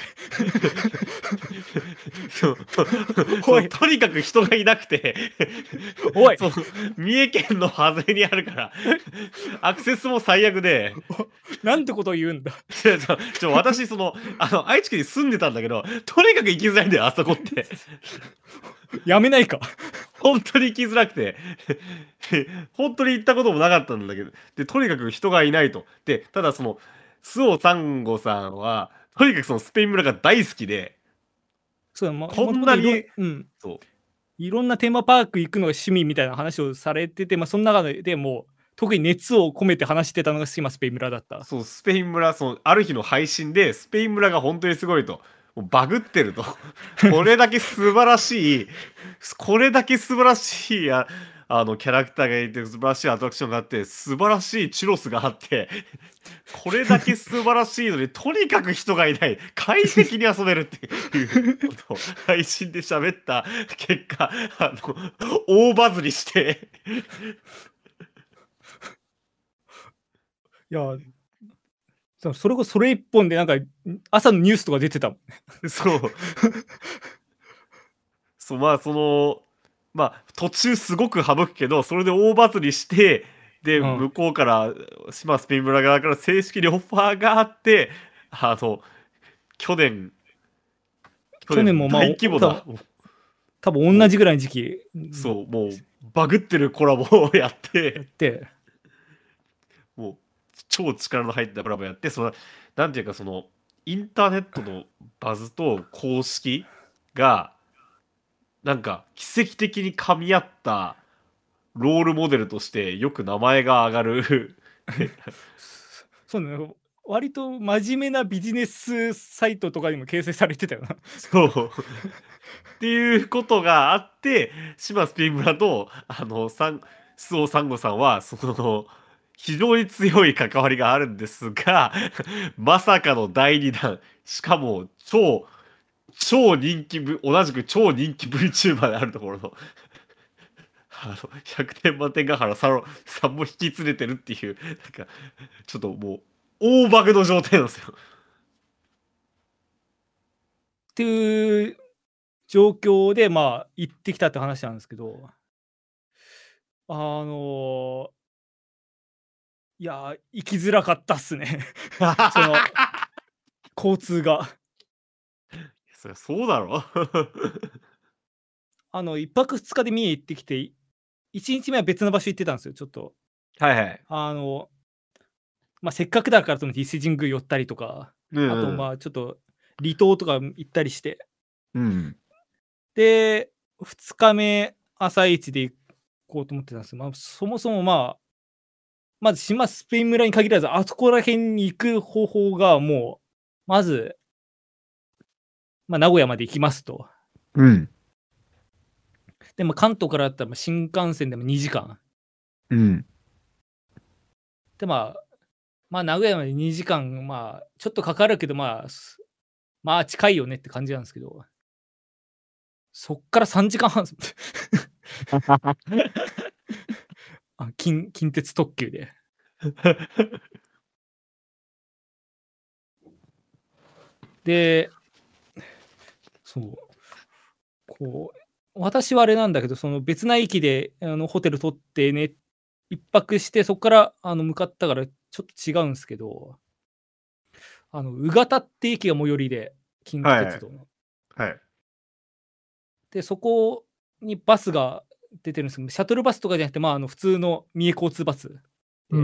そうおいとにかく人がいなくておいその三重県の外れにあるからアクセスも最悪でなんてことを言うんだ。 ちょちょちょ私そのあの愛知県に住んでたんだけど、とにかく行きづらいんだよあそこって。 やめないか。 本当に行きづらくて本当に行ったこともなかったんだけど、でとにかく人がいないと。でただその周防サンゴさんはとにかくそのスペイン村が大好きで、 そうまこんなにもともといろうん、 そういろんなテーマパーク行くのが趣味みたいな話をされてて、まあ、その中でもう特に熱を込めて話してたのが今スペイン村だった。 そうスペイン村、そのある日の配信でスペイン村が本当にすごいと、もうバグってるとこれだけ素晴らしいこれだけ素晴らしいああのキャラクターがいて素晴らしいアトラクションがあって素晴らしいチュロスがあってこれだけ素晴らしいのにとにかく人がいない、快適に遊べるっていうことを配信で喋った結果、あの大バズりしていやそそれこそそれ一本でなんか朝のニュースとか出てたもん。 そうそうまあそのまあ途中すごく省くけど、それで大バズりしてで、 うん、 向こうから島スペイン村側から正式にオファーがあって、あの去年去年もまあ大規模な多分同じぐらいの時期そうもうバグってるコラボをやってでもう超力の入ったコラボやって、そのなんていうかそのインターネットのバズと公式がなんか奇跡的に噛み合ったロールモデルとしてよく名前が上がるそうね、割と真面目なビジネスサイトとかにも掲載されてたよな。 そうっていうことがあって、島スペイン村とあのサン周防サンゴさんはその非常に強い関わりがあるんですが、まさかのだいにだん、しかも超超人気ぶ同じく超人気 VTuber であるところのあのひゃくてん満点ヶ原サロさんも引き連れてるっていう、なんかちょっともう大バグの状態なんですよ。 っていう状況でまあ行ってきたって話なんですけど、あのいや行きづらかったっすね。その交通が。 そりゃそうだろあのいっぱくふつかで三重行ってきて、いちにちめは別の場所行ってたんですよ、ちょっと。 はいはい。 あの、まあ、せっかくだからと思って伊勢神宮寄ったりとか、 うんうん、 あとまあちょっと離島とか行ったりして、 うん、 で、ふつかめ朝一で行こうと思ってたんです。まあ、そもそもまあ、まず島スペイン村に限らず、あそこら辺に行く方法がもう、まず、まあ、名古屋まで行きますと。 うん、 でも関東からだったら新幹線でもにじかん。 うん。 でまあ、まあ名古屋までにじかん、まあちょっとかかるけど、まあ、すまあ近いよねって感じなんですけど、そっからさんじかんはんあ近近鉄特急で。で、そう、こう、私はあれなんだけど、その別な駅であのホテル取ってね、一泊して、そこからあの向かったからちょっと違うんですけど、あの宇方って駅が最寄りで、近畿鉄道の。 はい。 で、そこにバスが出てるんですけど、シャトルバスとかじゃなくて、まあ、あの普通の三重交通バスで、 うん。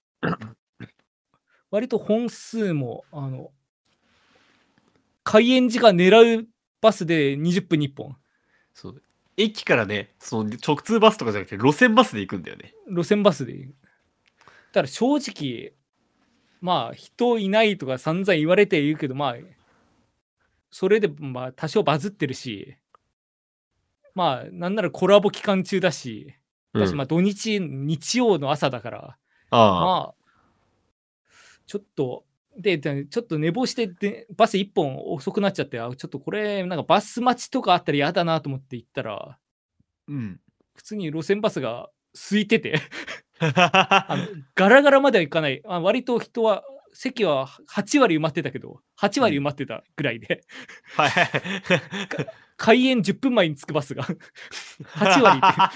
割と本数も、あの、開園時間狙うバスでにじゅっぷんにいっぽん。 そう駅からね、その直通バスとかじゃなくて路線バスで行くんだよね。 路線バスで。だから正直、まあ人いないとか散々言われているけど、まあ、それでまあ多少バズってるし、まあなんならコラボ期間中だし、だしまあ土日、日曜の朝だから、 あまあ、ちょっと、で、でちょっと寝坊してで、バスいっぽん遅くなっちゃって、あ、ちょっとこれ、なんかバス待ちとかあったら嫌だなと思って行ったら、 うん。 普通に路線バスが空いててあの、ガラガラまでは行かない。あ、割と人は、席ははち割埋まってたけど、はち割埋まってたぐらいで、 はいはい。 か開園じゅっぷんまえに着くバスがはち割ってあ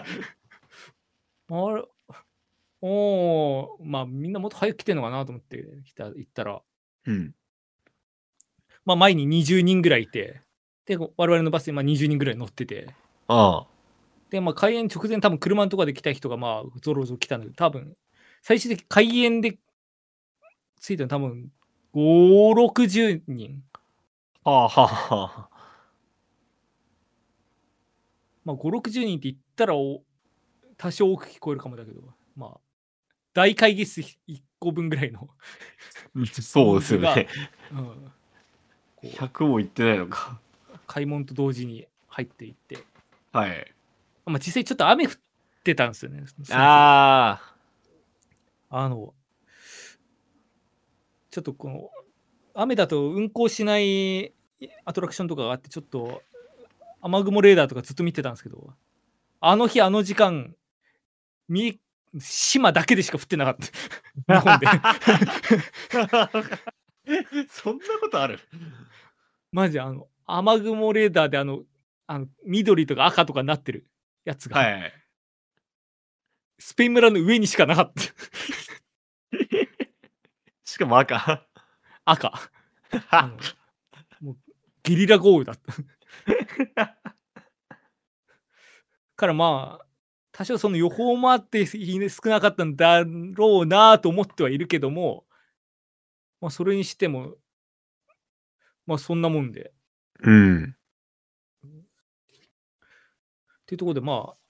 れ、おお、まあみんなもっと早く来てんのかなと思って来た行ったら、 うん。 まあ前ににじゅうにんぐらいいて、で、我々のバスにまあにじゅうにんぐらい乗ってて、 ああ。 で、まあ開園直前多分車とかで来た人がまあゾロゾロ来たので、多分、最終的に開園で着いたの多分ご、ろくじゅうにん。 はあはあはあ。 まあご、ろくじゅうにんって言ったらお多少多く聞こえるかもだけど、まあ、大会議室いっこぶんぐらいのそうですよ人数ね。 が、うん、こひゃくもいってないのか。 う開門と同時に入っていって、 はい。 まあ、実際ちょっと雨降ってたんですよね。その日ああ。 あの、ちょっとこの、雨だと運行しないアトラクションとかがあって、ちょっと雨雲レーダーとかずっと見てたんですけど、あの日あの時間、み島だけでしか降ってなかった。日本で。 そんなことある？ マジあの、雨雲レーダーであの、あの緑とか赤とかなってるやつが、 はい。 スペイン村の上にしかなかった。 しかも赤。 赤。あの、もうゲリラ豪雨だった。からまあ、多少その予報もあって少なかったんだろうなと思ってはいるけども、まあそれにしても、まあそんなもんで。 うん。 っていうところでまあ、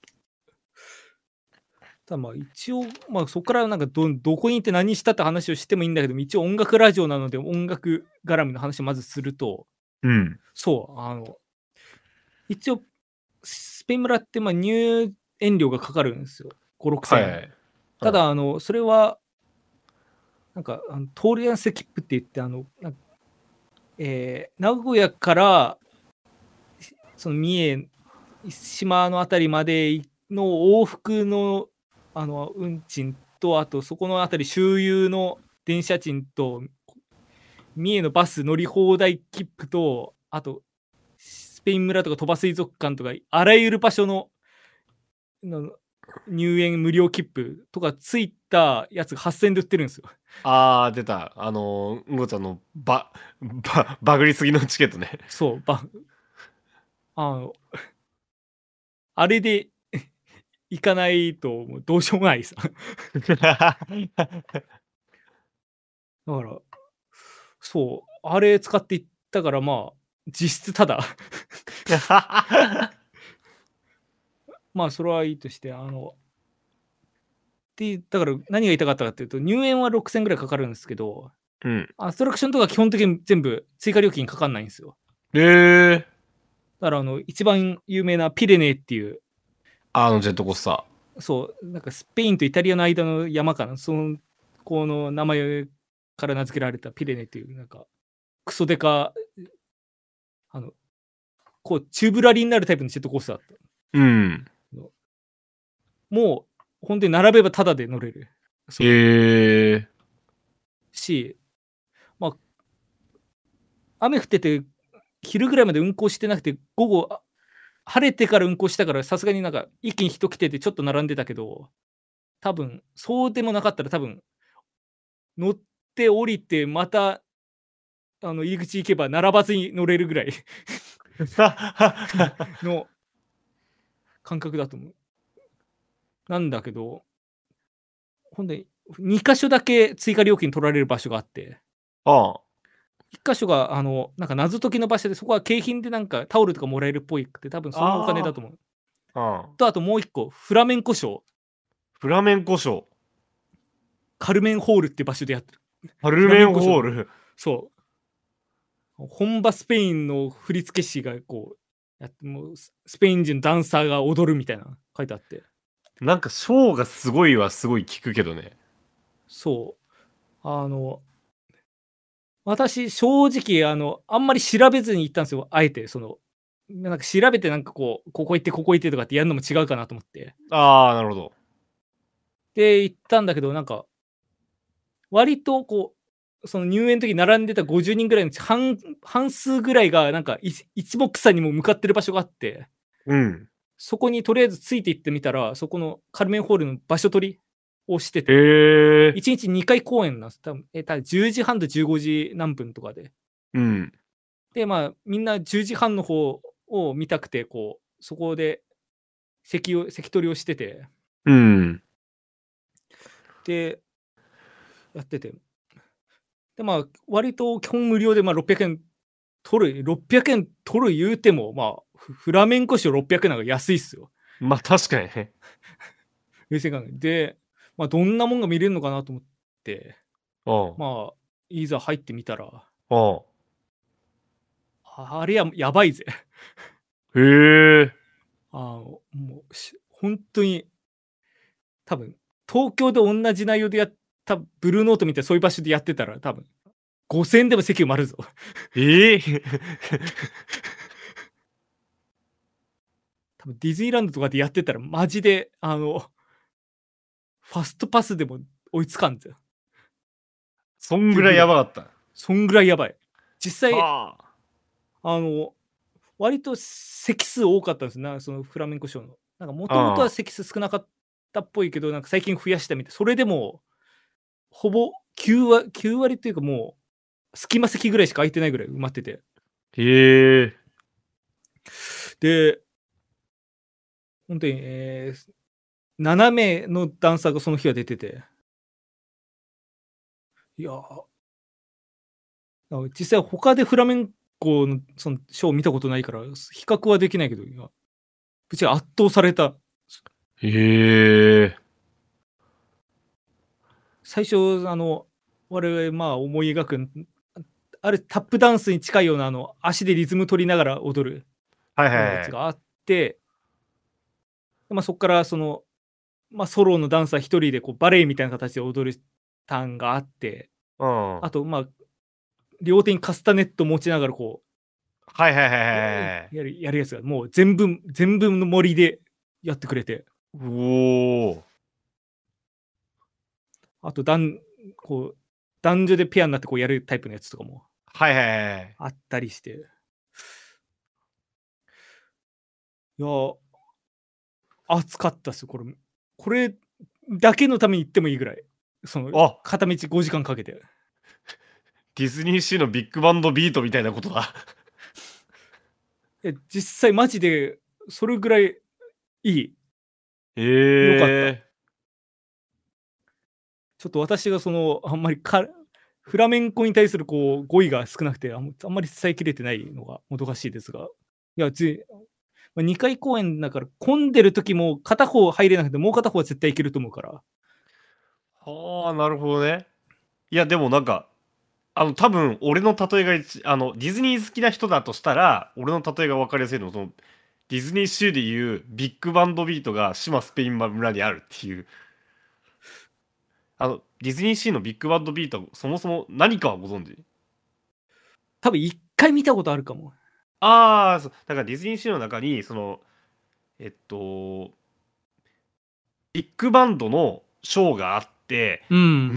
ただまあ一応、まあそこからなんかどどこに行って何したって話をしてもいいんだけど、一応音楽ラジオなので音楽絡みの話をまずすると、 うん。 そう、あの、一応、スペイン村ってまあ入園料がかかるんですよ。ご、ろくせんえん。 はい。 ただ、あの、それは、なんか、あの通り合わせ切符って言って、あの、なんえー名古屋からその三重、島のあたりまでの往復のあの運賃と、あとそこのあたり周遊の電車賃と、三重のバス乗り放題切符と、あとスペイン村とか鳥羽水族館とか、あらゆる場所のの入園無料切符とかついたやつがはっせんえんで売ってるんですよ。 ああ、出た。あの、んごちゃんのバ、バ、バグりすぎのチケットね。 そう、ばあの、あれで行かないともうどうしようもないさ。だから、そう、あれ使って行ったから、まあ、実質ただ。まあ、それはいいとして、あの、で、だから何が言いたかったかっていうと、入園はろくせんえんぐらいかかるんですけど、 うん。 アトラクションとか基本的に全部追加料金かかんないんですよ。 ええ。 だからあの、一番有名なピレネーっていう、 あのジェットコースタそう、なんかスペインとイタリアの間の山かな、その、この名前から名付けられたピレネーっていう、なんか、クソデカ、あの、こう、チューブラリーになるタイプのジェットコースターだった。 ー。うん。 もう、本当に並べばタダで乗れる。そうええ。 し、まあ、雨降ってて、昼ぐらいまで運行してなくて、午後、あ晴れてから運行したから、さすがになんか一気に人来ててちょっと並んでたけど、多分、そうでもなかったら多分、乗って降りて、また、あの、入り口行けば並ばずに乗れるぐらいの感覚だと思う。なんだけど、ほんで、に箇所だけ追加料金取られる場所があって、 ああ。 一箇所があのなんか謎解きの場所で、そこは景品でなんかタオルとかもらえるっぽいくて、多分そのお金だと思う。 ああ。 とあともう一個、フラメンコショー。 フラメンコショー。 カルメンホールっていう場所でやってる。 カルメンホール。 そう。本場スペインの振付師がこうやってもうスペイン人ダンサーが踊るみたいな書いてあって。 なんかショーがすごいはすごい聞くけどね。 そう。あの私正直あのあんまり調べずに行ったんですよ。あえてそのなんか調べてなんかこうここ行ってここ行ってとかってやるのも違うかなと思って。 ああ、なるほど。 で行ったんだけどなんか割とこうその入園の時並んでたごじゅうにんぐらいのうち半半数ぐらいがなんかい一目散にも向かってる場所があって、 うん。 そこにとりあえずついて行ってみたら、そこのカルメンホールの場所取りをしてて、 へえ。 いちにちにかい公演なんです。多分え多分じゅうじはんとじゅうごじ何分とかで。 うん。 で、まあ、みんなじゅうじはんの方を見たくて、こう、そこで席を席取りをしてて、 うん。 で、やってて。で、まあ、割と基本無料で、まあ、ろっぴゃくえん取る、ろっぴゃくえん取る言うても、まあ、フフラメンコショーろっぴゃくえんなんか安いっすよ。 まあ確かにね。 冷静に考えてで、まあ、どんなもんが見れるのかなと思って、 うん。 まあ、いざ入ってみたら、 うん。 あれややばいぜ。 へえ。 あの、もう、し本当に、多分、東京で同じ内容でやったブルーノートみたいなそういう場所でやってたら、多分、ごせんえんでも席埋まるぞ。 ええ。 多分ディズニーランドとかでやってたら、マジで、あの、ファストパスでも追いつかんぜ。 そんぐらいやばかった。 そんぐらいやばい。実際、 はあ。 あの、割と席数多かったんですな、そのフラメンコショーの。なんかもともとああ。 は席数少なかったっぽいけど、なんか最近増やしたみたい。それでも、ほぼきゅう割きゅう割っていうかもう、隙間席ぐらいしか空いてないぐらい埋まってて。 へえ。 で、本当に、えー、ななめいのダンサーがその日は出てて。いやー、実際他でフラメンコのそのショーを見たことないから、比較はできないけど、いや、ぶっちゃけ圧倒された。 へえ。 最初、あの、我々、まあ、思い描く、あるタップダンスに近いような、あの、足でリズム取りながら踊るはいはいようなやはい。 つがあって、まあ、そこからその、まあ、ソロのダンサー一人でこうバレエみたいな形で踊るターンがあって、 うん。 あと、まあ、両手にカスタネット持ちながらこはいはいはいう、 はいはい。 やるやるやつがもう全部全部の森でやってくれて、 うおお。 あとだんこう男女でペアになってこうやるタイプのやつとかもはいはいはいはい。 あったりして、いや、暑かったっす、これ。これだけのために行ってもいいぐらい。そのあ、 片道ごじかんかけて。 ディズニーシーのビッグバンドビートみたいなことだ。 え、実際マジでそれぐらいいい。良かった。 へえ。 ちょっと私がそのあんまりかフラメンコに対するこう語彙が少なくて、あんあんまり伝えきれてないのがもどかしいですが。いや、ぜま、にかい公演だから混んでる時も片方入れなくて、もう片方は絶対行けると思うから。 はあ、なるほどね。いや、でもなんか、あの、多分俺の例えが一あの、ディズニー好きな人だとしたら、俺の例えが分かりやすいのは、その、ディズニーシーでいうビッグバンドビートが志摩スペイン村にあるっていう。あの、ディズニーシーのビッグバンドビート、そもそも何かはご存知？ 多分いっかい見たことあるかも。 ああ、そう、だからディズニーシーの中に、その、えっと、ビッグバンドのショーがあって、 うん。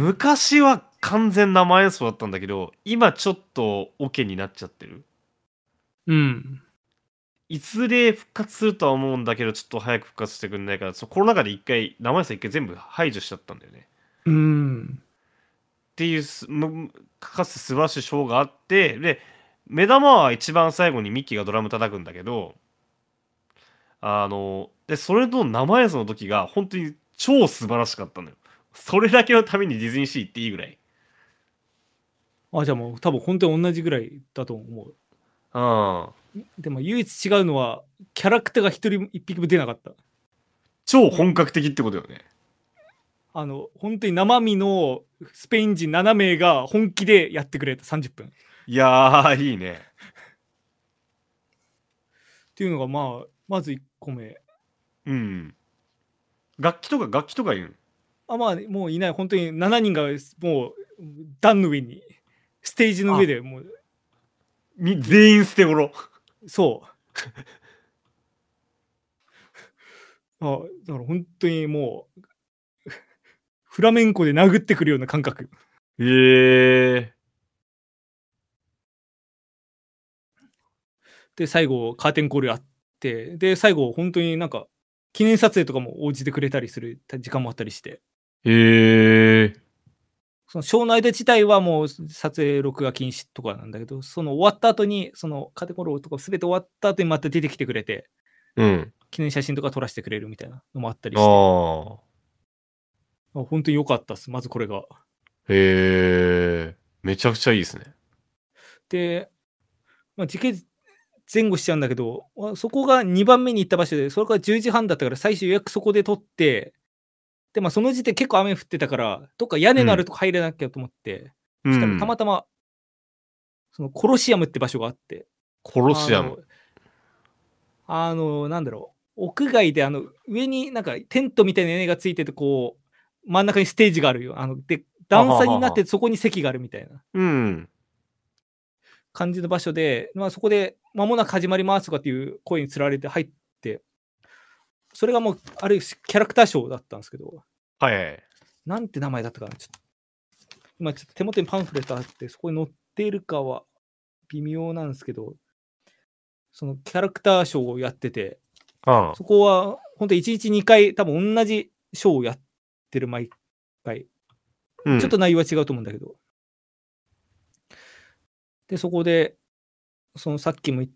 昔は完全生演奏だったんだけど、今ちょっとオケになっちゃってる。 うん。 いずれ復活するとは思うんだけど、ちょっと早く復活してくんないから、そコロナ禍で一回、生演奏一回全部排除しちゃったんだよね。 うーん。 っていうす、むかつて素晴らしいショーがあって、で、目玉は一番最後にミッキーがドラム叩くんだけど、あの、で、それの生演奏の時が本当に超素晴らしかったのよ。それだけのためにディズニーシー行っていいぐらい。 ああ、じゃあもう多分本当に同じぐらいだと思う。 ああ。 でも唯一違うのはキャラクターが一人一匹も出なかった。 超本格的ってことよね。 あの本当に生身のスペイン人ななめいが本気でやってくれたさんじゅっぷん。 いやーいいね。 っていうのがまあまずいっこめ。 うん。楽器とか楽器とか言うん。 あ、まあもういない。本当にしちにんがもう段の上にステージの上でもうみ全員捨て頃。 そうあ、だから本当にもうフラメンコで殴ってくるような感覚。 へえ。 で最後カーテンコールあって、で最後本当になんか記念撮影とかも応じてくれたりする時間もあったりして。 へえ。 そのショーの間自体はもう撮影録画禁止とかなんだけど、その終わった後にそのカテゴローとか全て終わった後にまた出てきてくれて、 うん。 記念写真とか撮らせてくれるみたいなのもあったりして、 ああ。 あ本当に良かったっす。まずこれが。 へえ。めちゃくちゃいいですね。 で、まあ、時系前後しちゃうんだけど、そこがにばんめに行った場所で、それからじゅうじはんだったから最初予約そこで取って、でまあその時点結構雨降ってたから、どっか屋根のあるとこ入れなきゃと思って、 うん、 そしたらたまたまそのコロシアムって場所があって、 コロシアム。 あの、あのなんだろう、屋外であの上になんかテントみたいな屋根がついてて、こう真ん中にステージがあるよ。あので段差になってそこに席があるみたいな。 うん。 感じの場所で、まあ、そこで間もなく始まりますとかっていう声につられて入って、それがもうある種キャラクターショーだったんですけど、 はい。 なんて名前だったかな、ちょっと今ちょっと手元にパンフレットあって、そこに載っているかは微妙なんですけど、そのキャラクターショーをやってて、 ああそこは本当いちにちにかい多分同じショーをやってる毎回、うん、ちょっと内容は違うと思うんだけど、でそこでそのさっきも言った、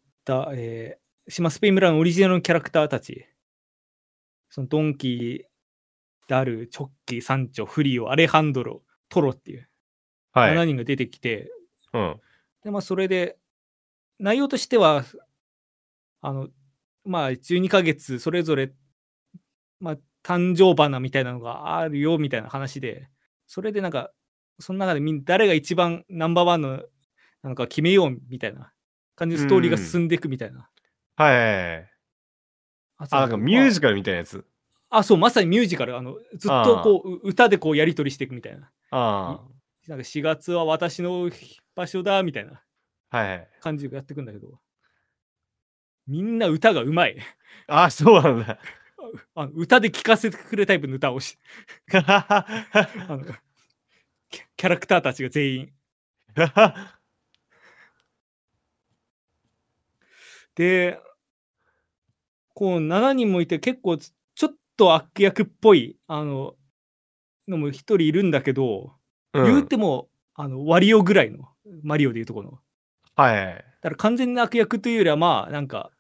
えー、島スペイン村のオリジナルのキャラクターたち、そのドンキー、ダル、チョッキー、サンチョ、フリオ、アレハンドロ、トロっていうしちにんが出てきて、 はい、うん、 でまあそれで内容としてはあのまあじゅうにかげつそれぞれまあ誕生花みたいなのがあるよみたいな話で、それでなんかその中でみんな誰が一番ナンバーワンのなのか決めようみたいな感じのストーリーが進んでいくみたいな。 はいはいはい。あ、なんかミュージカルみたいなやつ。 あ、あそうまさにミュージカル、あのずっとこう歌でこうやり取りしていくみたいな。 あなんかしがつは私の場所だみたいなはい感じでやっていくんだけど、みんな歌がうまい。 あ、そうなんだ。 あの歌で聴かせてくれるタイプの歌をしあのキャラクターたちが全員でこうしちにんもいて、結構ちょっと悪役っぽいあののもひとりいるんだけど、うん、言うてもあのワリオぐらいの、マリオでいうとこの、 はい、はい、 だから完全な悪役というよりはまあなんか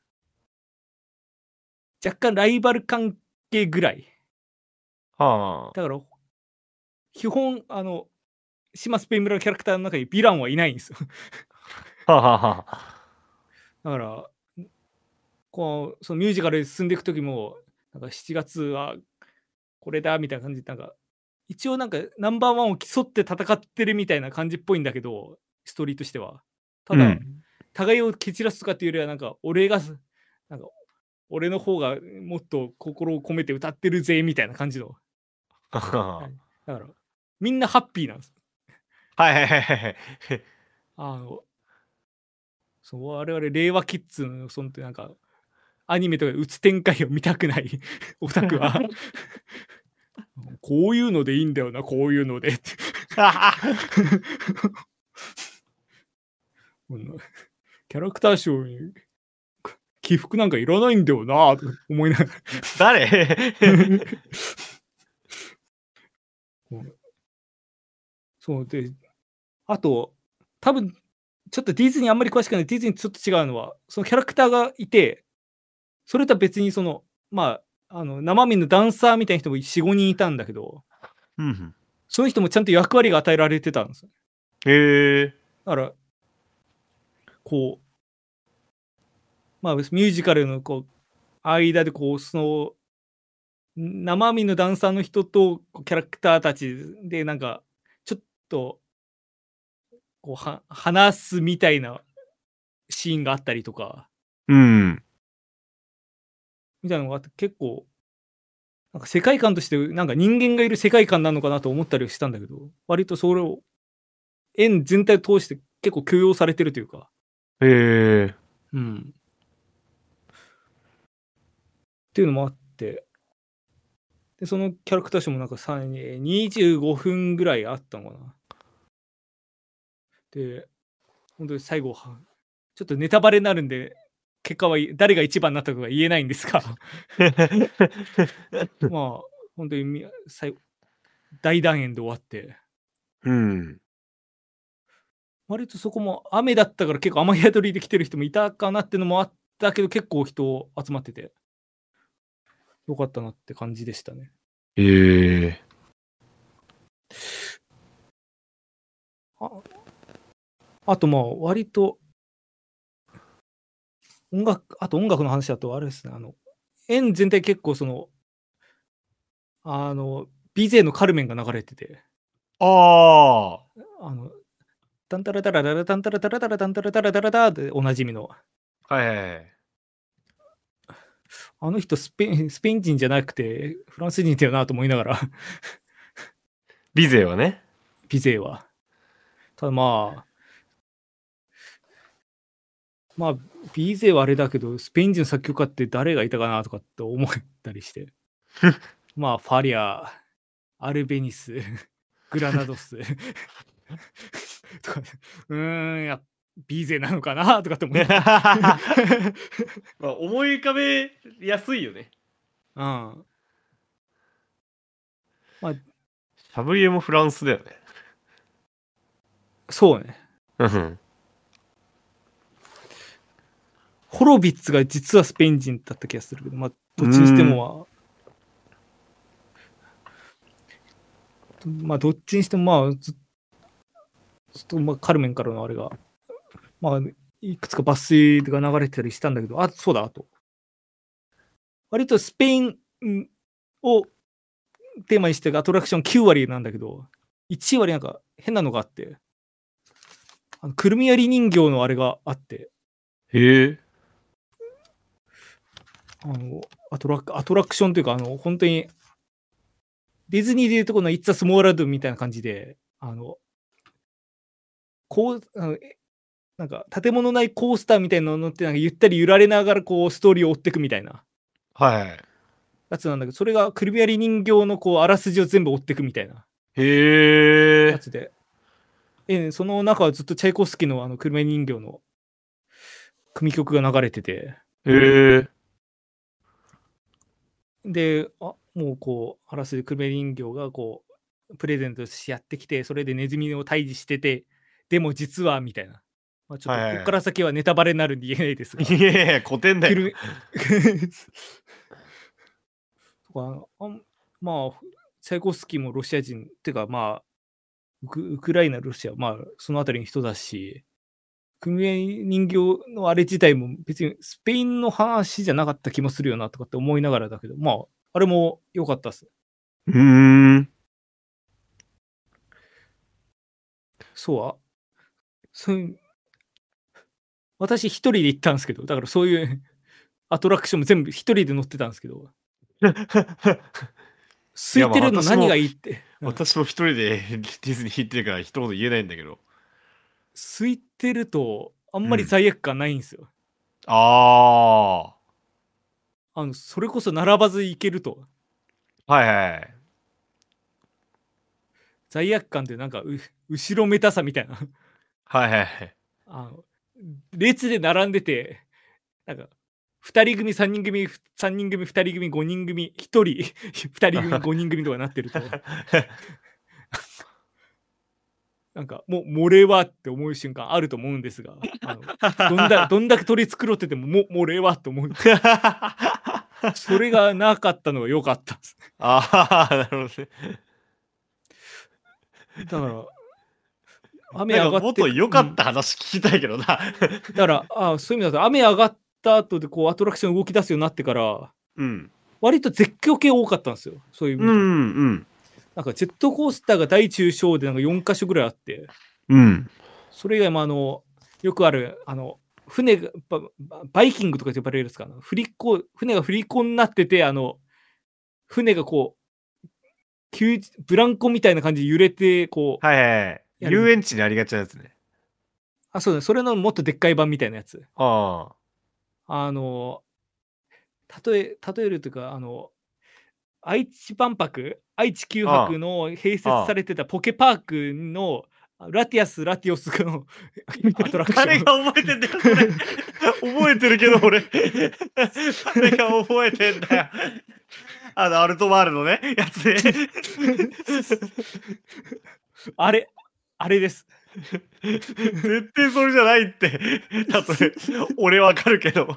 若干ライバル関係ぐらい、はあ、だから基本あの島スペイン村のキャラクターの中にヴィランはいないんですよはあ、はあ、だからこうそのミュージカルで進んでいく時もなんかしちがつはこれだみたいな感じで、なんか一応なんかナンバーワンを競って戦ってるみたいな感じっぽいんだけど、ストーリーとしてはただ、うん、互いを蹴散らすとかっていうよりはなんか俺がなんか俺の方がもっと心を込めて歌ってるぜみたいな感じのはい、だからみんなハッピーなんです。 はいはいはいはいあのそう我々令和キッズのそのなんかアニメとかで打つ展開を見たくないオタクはこういうのでいいんだよな、こういうのでキャラクターショーに起伏なんかいらないんだよなと思いながら誰そうで、あと多分ちょっとディズニーあんまり詳しくない、ディズニーとちょっと違うのは、そのキャラクターがいて、それとは別にそのまああの生身のダンサーみたいな人も よん、ごにんいたんだけど、うん、その人もちゃんと役割が与えられてたんです。 へえ。 だからこうまあミュージカルのこう間でこうその生身のダンサーの人とキャラクターたちでなんかちょっとこうは話すみたいなシーンがあったりとかうん。 みたいなのがあって結構なんか世界観としてなんか人間がいる世界観なのかなと思ったりしたんだけど割とそれを円全体を通して結構許容されてるというか、 へえ。 うん、っていうのもあってでそのキャラクターショーもなんかさにじゅうごふんぐらいあったのかな。で本当に最後はちょっとネタバレになるんで結果は誰が一番になったかが言えないんですがまあ本当に最後大団円で終わってうん。 割とそこも雨だったから結構雨宿りで来てる人もいたかなってのもあったけど結構人集まっててよかったなって感じでしたね。 へえ。 ああとまあ割と音楽あと音楽の話だとあれですねあの円全体結構そのあのビゼのカルメンが流れててああのタンタラタラララタンタラタラタラタンタラタラタラタでおなじみのあ。はいはいはい。 あの人スペインスペイン人じゃなくてフランス人だよなと思いながらビゼはね。 ビゼはただまあまあビゼはあれだけどスペイン人作曲家って誰がいたかなとかって思ったりしてまあファリアアルベニスグラナドスとかうーんやビゼなのかなとかって思いながらまあ思い浮かべやすいよね。 うん。まあ、 シャブリエもフランスだよね。 そうね。 うんホロビッツが実はスペイン人だった気がするけど、まあ、どっちにしてもまあ、まあ、どっちにしてもまあ、ずっとまあカルメンからのあれが、まあ、いくつか抜粋が流れてたりしたんだけど、あ、そうだ、あと。割とスペインをテーマにしてるアトラクションきゅう割なんだけど、いち割なんか変なのがあって、あのくるみ割り人形のあれがあって、 へえ。 あのアトラアトラクションというか、あの本当にディズニーでいうとこのイッツ・ア・スモール・ラドゥみたいな感じで、あの、こう、あのなんか建物内コースターみたいなの乗って、なんかゆったり揺られながらこうストーリーを追っていくみたいなはいはい。 やつなんだけど、それがくるみ割り人形のこうあらすじを全部追っていくみたいなへえ。 やつで、えその中はずっとチャイコフスキーのあのくるみ割り人形の組曲が流れてて、 へえ。 で、あもうこうあらすじくるみ割り人形がこうプレゼントしてやってきて、それでネズミを退治してて、でも実はみたいな。まあ、ちょっとここから先はネタバレになるんで言えないですが。 いやいや、古典だよ。 とかあまあ、チャイコフスキーもロシア人っていうか、まあウク、ウクライナ、ロシア、まあ、そのあたりの人だし、組合人形のあれ自体も別にスペインの話じゃなかった気もするよなとかって思いながらだけど、まあ、あれも良かったっす。 うーん。 そうは、そういう、私一人で行ったんですけど、だからそういうアトラクションも全部一人で乗ってたんですけど、空いてるの何がいいって。 私も一人でディズニー行ってるから一言言えないんだけど。 空いてるとあんまり罪悪感ないんですよ。 ああの、それこそ並ばず行けると。 あ。はいはい。 罪悪感ってなんか後ろめたさみたいな。 はいはい。 あの列で並んでて、なんかふたり組さんにん組さんにん組ふたり組ごにん組ひとりふたり組ごにん組とかなってるとなんかもう漏れはって思う瞬間あると思うんですが、あのどんだどんだけ取り繕っててもも漏れはって思うそれがなかったのが良かったです。 ああ、なるほどね。 だから雨なんか上がってくもっと良かうん。 った話聞きたいけどな。 だから、ああ、そういう意味だと雨上がった後でこうアトラクション動き出すようになってから、 うん。 割と絶叫系多かったんすよ、そういう意味だと。 うんうん。 なんかジェットコースターが大中小でなんかよんかしょぐらいあって。 うん。 それ以外もあの、よくある、あの、船がバババイキングとかって呼ばれるやつかな。振り子船が振り子になってて、あの、船がこう、きゅうブランコみたいな感じで揺れて、こう、 はいはいはい。 やるみ遊園地にありがちなやつね。 あ、そうだ、それのもっとでっかい版みたいなやつ。 ああ。 あの、例え例えるというか、あの、愛知万博愛知九あ博の併設あ。ああ。 されてたポケパークのラティアス・ラティオスのアトラクション。 誰が覚えてんだよ、それ。覚えてるけど、俺。誰が覚えてんだよ。あの、アルトマールのね、やつね。 あれ、あれです。 絶対それじゃないって。たとえ、俺わかるけど。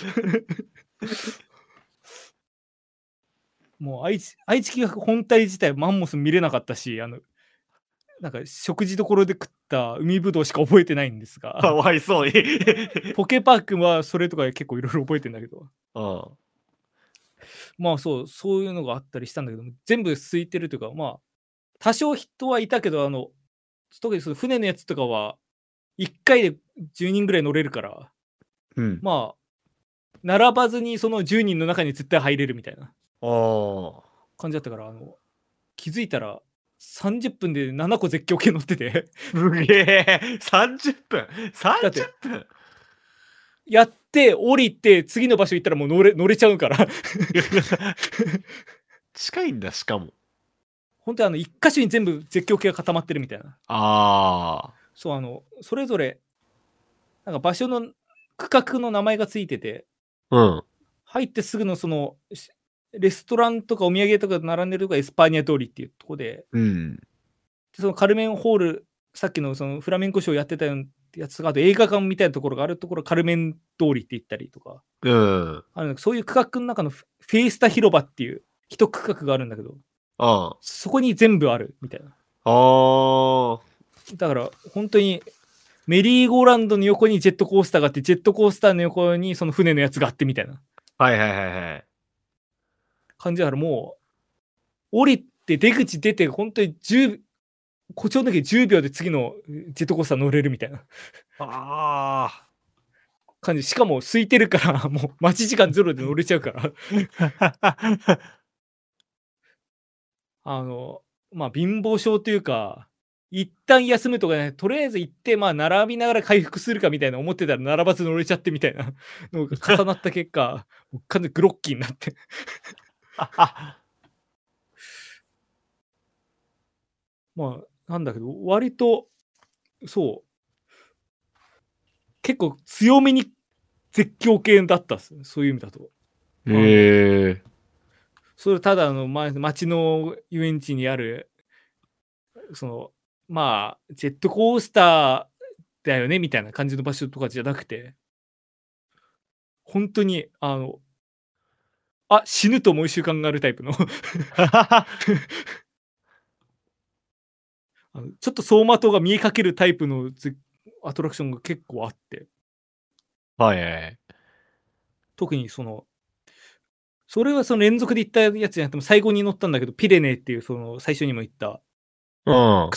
もう愛知愛知九博本体自体マンモス見れなかったし、あの、なんか食事処で食った海ぶどうしか覚えてないんですが。 かわいそうに。 ポケパークはそれとか結構いろいろ覚えてんだけど。 ああ。 まあ、そう、そういうのがあったりしたんだけども、全部空いてるというか、まあ、多少人はいたけど、あの、特にその船のやつとかはいっかいでじゅうにんぐらい乗れるから、 うん。 まあ、並ばずにそのじゅうにんの中に絶対入れるみたいなああ。 感じだったから、あの、気づいたらさんじゅっぷんでななこ絶叫系乗ってて。 すげえ。さんじゅっぷん。 だってさんじゅっぷん。 やって降りて次の場所行ったらもう乗れ乗れちゃうから。 近いんだ、しかも。 ほんとにあのいっかしょに全部絶叫系が固まってるみたいな。 ああ。 そう、あの、それぞれなんか場所の区画の名前がついてて、 うん。 入ってすぐのその、しレストランとかお土産とか並んでるとこがエスパーニャ通りっていうとこで、 うん。 で、そのカルメンホール、さっきのそのフラメンコショーやってたよやつが、あと映画館みたいなところがあるところ、カルメン通りって言ったりとか、 うん。 あの、そういう区画の中のフフェイスタ広場っていう一区画があるんだけど、 ああ。 そこに全部あるみたいな。 ああ。 だから本当にメリーゴーランドの横にジェットコースターがあって、ジェットコースターの横にその船のやつがあってみたいなはいはいはいはい。 感じだから、もう降りて出口出て本当にじゅう誇張だけじゅうびょうで次のジェットコースター乗れるみたいなああ。 感じ。しかも空いてるからもう待ち時間ゼロで乗れちゃうから。あの、まあ、貧乏症というか、一旦休むとかね、とりあえず行って、まあ、並びながら回復するかみたいな思ってたら並ばず乗れちゃってみたいなのが重なった結果、もう完全にグロッキーになって。まあ、なんだけど、割と、そう。結構強めに絶叫系だったっすね、そういう意味だと。あの、 へえ。 それただの、ま街の遊園地にある、その、まあ、ジェットコースターだよねみたいな感じの場所とかじゃなくて、ほんとにあのあ、死ぬと思う習慣があるタイプのあの、ちょっと走馬灯が見えかけるタイプのぜアトラクションが結構あって。 はいはいはい。 特にそのそれはその連続で行ったやつじゃなくても、最後に乗ったんだけど、ピレネーっていうその最初にも言ったうん。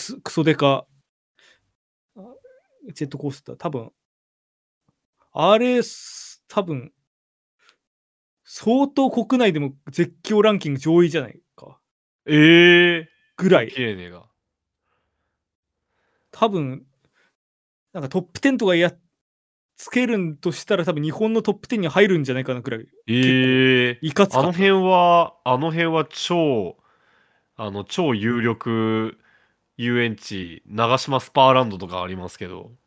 クスクソデカあ、ジェットコースター、多分あれ、す多分相当国内でも絶叫ランキング上位じゃないか。 ええ。 ぐらい。 ピレネが。 多分、なんかトップテンとかやつけるんとしたら、多分日本のトップテンに入るんじゃないかなくらい、結構ええ。 いかつかった。 あの辺はあの辺は超あの、超有力遊園地、長島スパーランドとかありますけど。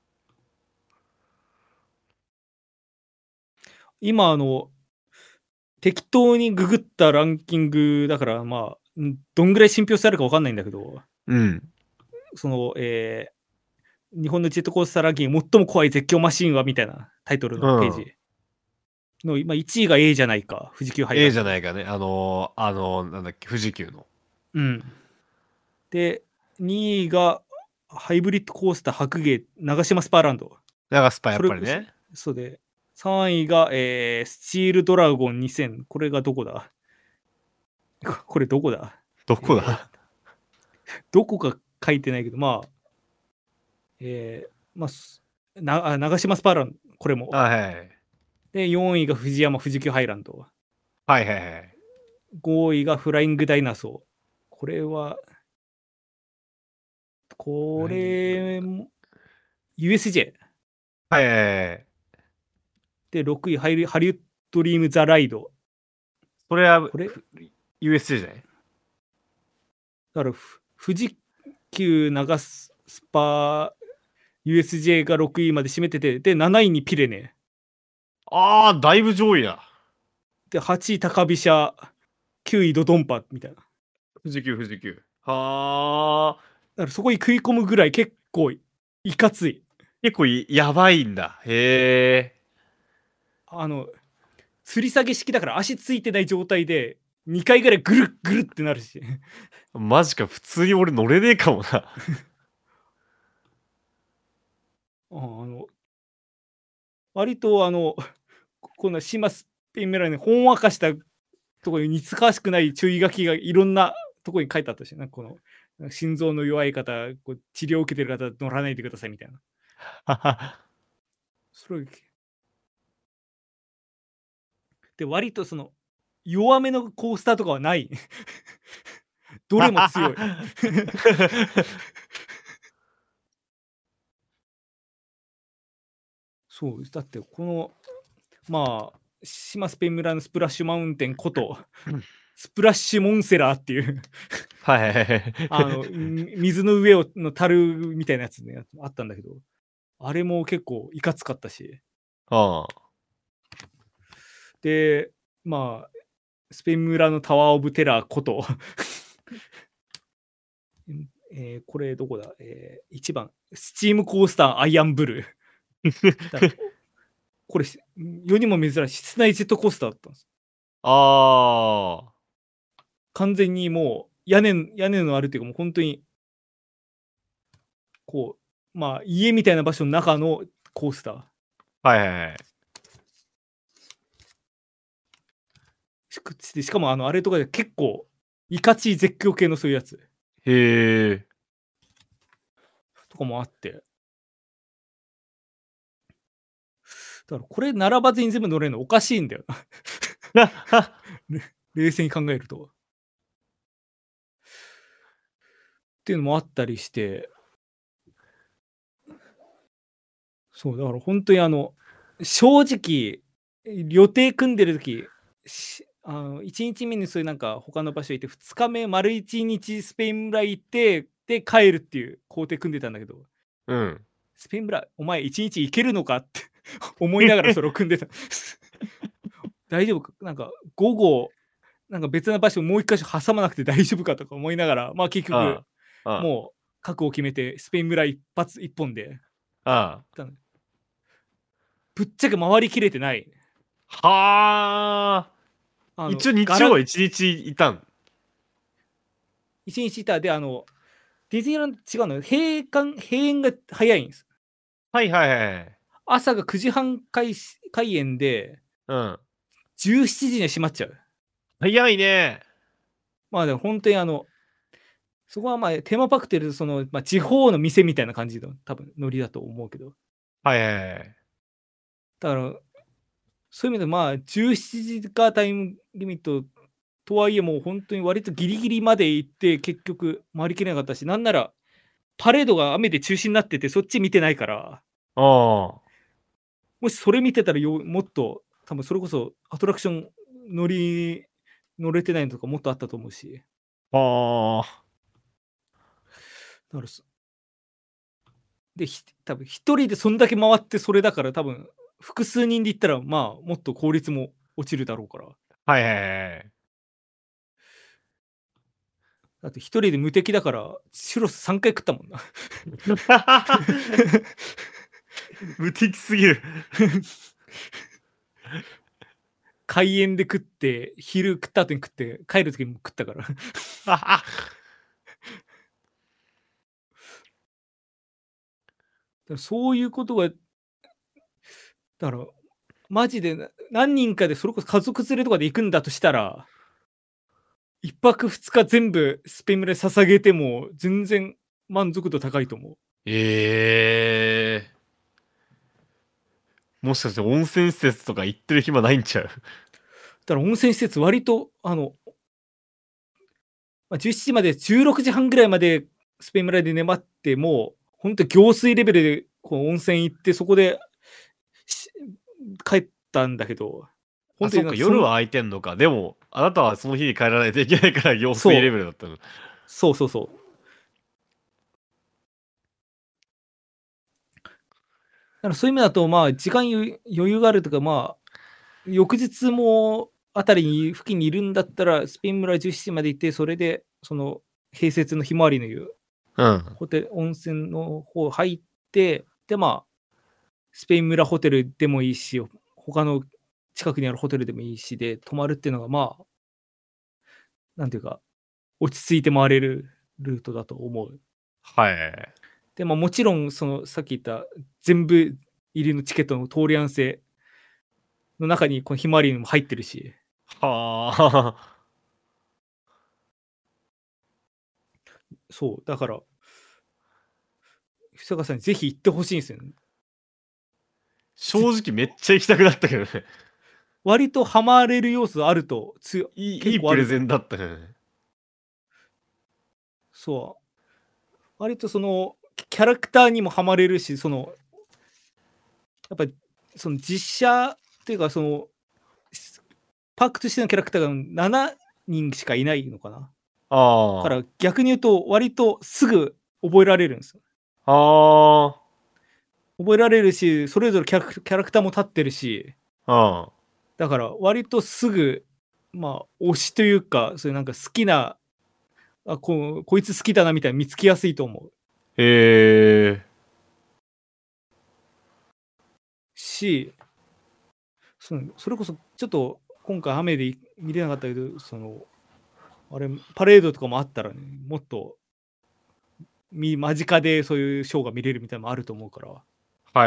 今あの適当にググったランキングだから、まあ、ん、どんぐらい信憑性あるか分かんないんだけど、 うん。 その、ええ、日本のジェットコースターランキング最も怖い絶叫マシンはみたいなタイトルうん。 のページの、今いちいが A じゃないか、富士急ハイ A ランド。 じゃないかね。あのあの、なんだっけ、富士急の。 うん。で、にいがハイブリッドコースター白芸長島スパーランド。 長スパやっそれぱりね。 そうで、さんいが、えースチールドラゴンにせん。これがどこだここれどこだどこだ、 えーどこか書いてないけど、まあ、えーまあ、すなあ長島スパーランド、これも。 はいはいはい。 で、よんいが富士山富士急ハイランド。 はいはいはい。 ごいがフライングダイナソー。これは、これも、ユーエスジェー。 はいはいはい。 で、ろくいハイリハリウッドリームザライド。 それはこれ、 ふ ユーエスジェー じゃない？ だからふ富士急長スパ ユーエスジェー がろくいまで占めてて、で、なないにピレネ。 ああ、だいぶ上位だ。 で、はちい高飛車、きゅういドドンパみたいな。だ富士急富士急。はあ。 からそこに食い込むぐらい結構いかつい。 結構いやばいんだ。へえ。 あの、吊り下げ式だから足ついてない状態で、にかいぐらいぐるっぐるってなるし。 マジか、普通に俺乗れねえかもな。 ああの、割とあの、こんな島スペインメラにほんわかしたところに似つかわしくない注意書きがいろんなところに書いてあったし、なんかこの心臓の弱い方、こう治療を受けてる方乗らないでくださいみたいな。それで割とその弱めのコースターとかはない。どれも強い。そうだってこのまあ島スペイン村のスプラッシュマウンテンことスプラッシュモンセラーっていうはいはいはい。 あのみ水の上をの樽みたいなやつねあったんだけど、あれも結構いかつかったし、 ああ。 でまあスペイン村のタワーオブテラーことえーこれどこだ、えー、いちばんスチームコースターアイアンブルー。だこれ世にも珍しい室内ジェットコースターだったんです。 ああ。 完全にもう屋根屋根のあるっていうかもう本当にこうまあ家みたいな場所の中のコースター。 はいはいはい。 ししかもあのあれとかで結構いかちい絶叫系のそういうやつへえ。 とかもあって、だからこれ並ばずに全部乗れるのおかしいんだよな冷静に考えると。っていうのもあったりして、そうだから本当にあの正直予定組んでる時しあのいちにちめにそういうなんか他の場所行ってふつかめ丸いちにちスペイン村行ってで帰るっていう工程組んでたんだけど、 うん。 スペイン村お前いちにち行けるのかって思いながらそれを組んでた大丈夫かなんか午後なんか別な場所もう一箇所挟まなくて大丈夫かとか思いながら、まあ結局ああ。 もう覚悟を決めてスペイン村一発一本でああ。 ぶっちゃけ回りきれてない。 はあ。 あの一応日ガラ曜は一日いたん。 一日いたであのディズニーランド違うのよ閉館閉園が早いんです。 はいはいはい。 朝がくじはん開始開園でうん。 じゅうしちじには閉まっちゃう。 早いね。 まあでも本当にあのそこはまあテーマパークっていうその、まあ、地方の店みたいな感じの多分ノリだと思うけど、 はいはいはい。 だからそういう意味でまあじゅうしちじがタイムリミットとはいえもう本当に割とギリギリまで行って結局回りきれなかったし、なんならパレードが雨で中止になっててそっち見てないから、 ああ。 もしそれ見てたらよもっと多分それこそアトラクション乗り乗れてないのとかもっとあったと思うし、 ああ。 だからそでひ多分一人でそんだけ回ってそれだから多分複数人で行ったらまあもっと効率も落ちるだろうから、 はいはいはい。 だって一人で無敵だからシュロスさんかい食ったもんな無敵すぎる開園で食って昼食った後に食って帰る時も食ったからだそういうことがだから、マジでな何人かでそれこそ家族連れとかで行くんだとしたらいっぱくふつか全部スペムレ捧げても全然満足度高いと思う。 ええ。もしかして温泉施設とか行ってる暇ないんちゃう？ だから温泉施設割とあのま、じゅうしちじまでじゅうろくじはんぐらいまでスペイン村で粘っても、ほんと行水レベルでこう温泉行ってそこでし帰ったんだけど、ほあ、 んとそっか、 になんかそん夜は空いてんのか。でも、あなたはその日に帰らないといけないから行水そう。 レベルだったの。 そうそうそう。だからそういう意味だと、まあ、時間ゆ余裕があるとか、まあ、翌日もあたりに付近にいるんだったら、スペイン村じゅうしちじまで行って、それでその併設のひまわりの湯、 うん。 ホテル温泉の方入って、で、まあ、スペイン村ホテルでもいいし、他の近くにあるホテルでもいいしで泊まるっていうのが、まあなんていうか、落ち着いて回れるルートだと思う。 はい。 で、ま、もちろんそのさっき言った全部入りのチケットの通り合わせの中にこのひまわりも入ってるし。 はあ。 そう、だから日坂さんにぜひ行って欲しいんすよね。ぜ正直めっちゃ行きたくなったけどね。 割とハマれる要素あると、つよいいい結構あるといプレゼンだったね。 そう。割とそのキキャラクターにもハマれるし、そのやっぱりその実写っていうかその、すパークとしてのキャラクターがななにんしかいないのかな。かああ。 ら逆に言うと、割とすぐ覚えられるんすよ。 ああ。 覚えられるし、それぞれキャラクキャラクターも立ってるし。 ああ。 だから割とすぐ、まあ、推しというか、そういうなんか好きな、あ、ここいつ好きだなみたいな見つけやすいと思う。 へえ。 しその、それこそちょっと今回雨で見れなかったけど、その、あれ、パレードとかもあったらね、もっとみ間近でそういうショーが見れるみたいのもあると思うから。 はい。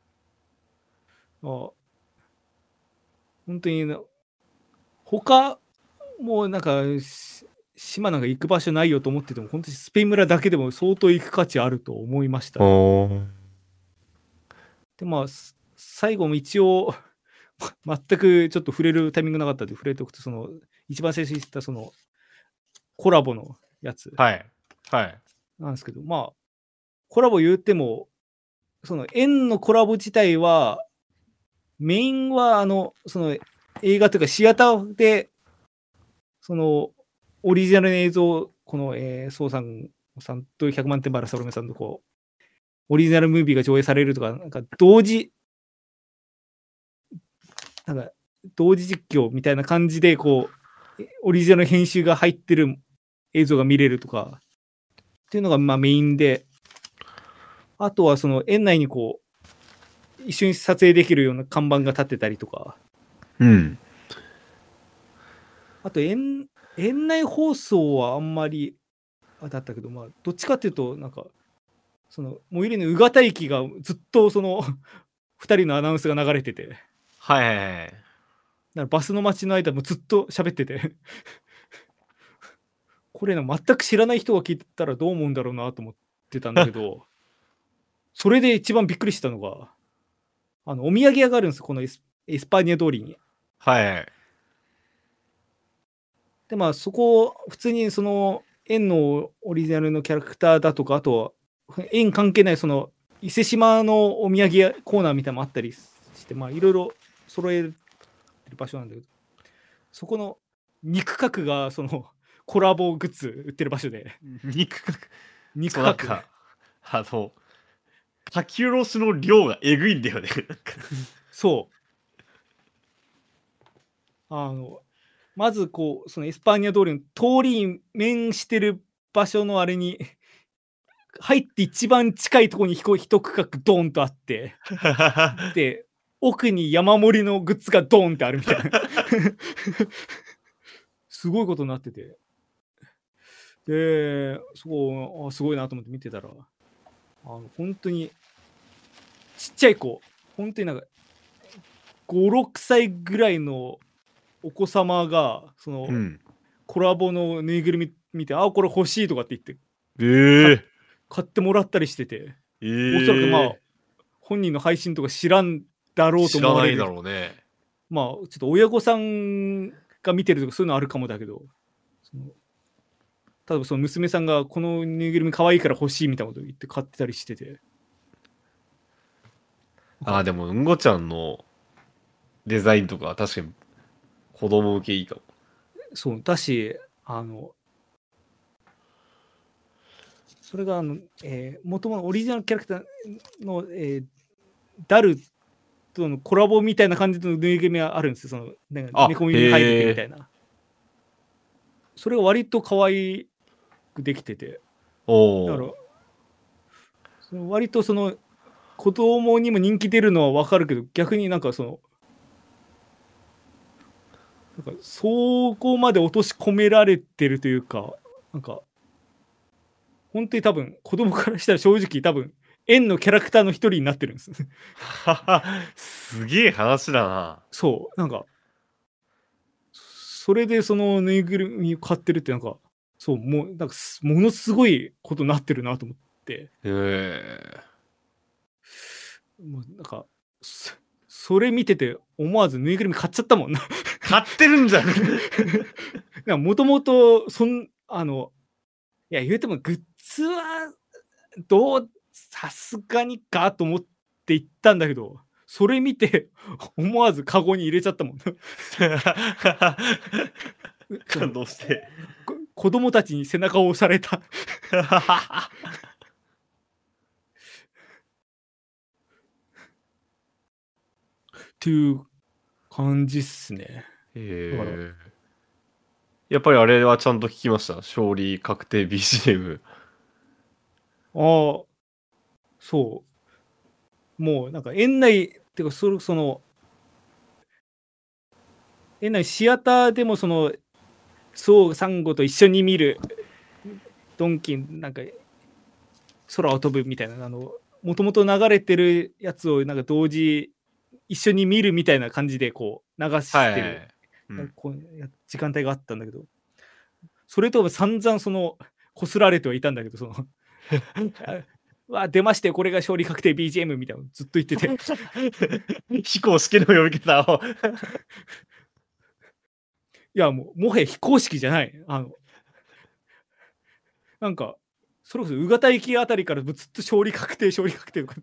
あほんとにな他もうなんか、し島なんか行く場所ないよと思ってても、ほんとにスペイン村だけでも相当行く価値あると思いましたね。 ほお。 で、まあ、す最後も一応全くちょっと触れるタイミングなかったんで触れておくと、その、一番最初に言ったそのコラボのやつはい。はい。 なんすけど、まあ、コラボ言うても、その円のコラボ自体は、メインはあの、その映画というかシアターでそのオリジナルの映像、この、ええ、ソウさんさんとひゃくまんてんバラサロメさんのこう、オリジナルムービーが上映されるとか、なんか同時なんか、同時実況みたいな感じでこう、え、オリジナル編集が入ってる映像が見れるとかっていうのが、ま、メインであとはその園内にこう、一緒に撮影できるような看板が立ってたりとか。 うん。 あと、園園内放送はあんまり、あ、だったけど、まあ、どっちかっていうと、なんか、その最寄りの宇方駅がずっとそのふたりのアナウンスが流れてて。 はいはいはいはい。 な、バスの待ちの間もずっと喋っててこれな、全く知らない人が聞いたらどう思うんだろうなと思ってたんだけどそれで一番びっくりしたのが、あの、お土産屋があるんす、このエスエスパーニャ通りに。 はいはい。 で、まあ、そこ、普通にその園のオリジナルのキャラクターだとか、あとは、ふ園関係ないその伊勢志摩のお土産屋コーナーみたいのもあったりして、まあ、色々揃える場所なんだけど、そこの肉格がそのコラボグッズ売ってる場所で。 肉格そう、なん肉格。 か、あの、書き下ろしの量がえぐいんだよね、なんか。 そう。あの、まずこう、そのエスパーニャ通りの通りに面してる場所のあれに、入って一番近いとこにひこ一区画ドーンとあってで、奥に山盛りのグッズがドーンってあるみたいなすごいことなってて。で、そう、あ、すごいなと思って見てたらあの本当にちっちゃい子、本当になんかご、ろくさいぐらいのお子様がその、 うん。 コラボのぬいぐるみ見て、あ、これ欲しいとかって言って、 ええ。 買ってもらったりしてて、おそらくまあええ。 本人の配信とか知らんだろうと知らないだ思われる。 ろうね。 まあちょっと親御さんが見てるとかそういうのあるかもだけど、その例えばその娘さんがこのぬいぐるみ可愛いから欲しいみたいなこと言って買ってたりしてて。 ああ、でもうんごちゃんのデザインとか確かに子供受けいいかも。 そうだし、あのそれがあの、えー、元々オリジナルキャラクターの、えー、ダルとのコラボみたいな感じのぬいぐるみがあるんですよ。そのなんか猫耳生えててみたいな。それが割と可愛くできてて、 おだからその割とその子供にも人気出るのは分かるけど、逆になんかそのなんかそこまで落とし込められてるというか、なんか本当に多分子供からしたら正直多分円のキャラクターの一人になってるんです。 すげえ話だな。 そうなんかそれでそのぬいぐるみを買ってるってなんかそうもうなんかものすごいことになってるなと思って。 へえ。 もうなんかそそれ見てて思わずぬいぐるみ買っちゃったもんな。 買ってるんじゃん。 もともとそんあのいや言うてもグッズはどうさすがにかと思って行ったんだけど、それ見て思わずカゴに入れちゃったもん。 感動して。 こ子供たちに背中を押された。っていう感じっすね。だからへえ。やっぱりあれはちゃんと聞きました。勝利確定 ビージーエム。 ああ、そう。もうなんか園内っていうかそのその園内シアターでもそのソウサンゴと一緒に見るドンキンなんか空を飛ぶみたいなあのもともと流れてるやつをなんか同時一緒に見るみたいな感じでこう流してる、 はいうん、 こう時間帯があったんだけど、それと散々そのこすられてはいたんだけど、そのわ出ましてこれが勝利確定 ビージーエム みたいなのずっと言ってて非公式の呼び方をいやもうもはや非公式じゃない、あのなんかそれこそ宇方駅あたりからずっと勝利確定勝利確定とか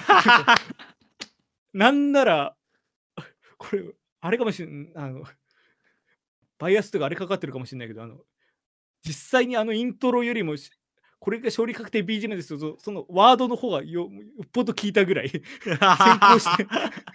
なんならこれあれかもしれん、あのバイアスとかあれかかってるかもしれないけど、あの実際にあのイントロよりもこれが勝利確定 ビージーエム ですよ、そのワードの方が よ, よっぽど聞いたぐらい先行して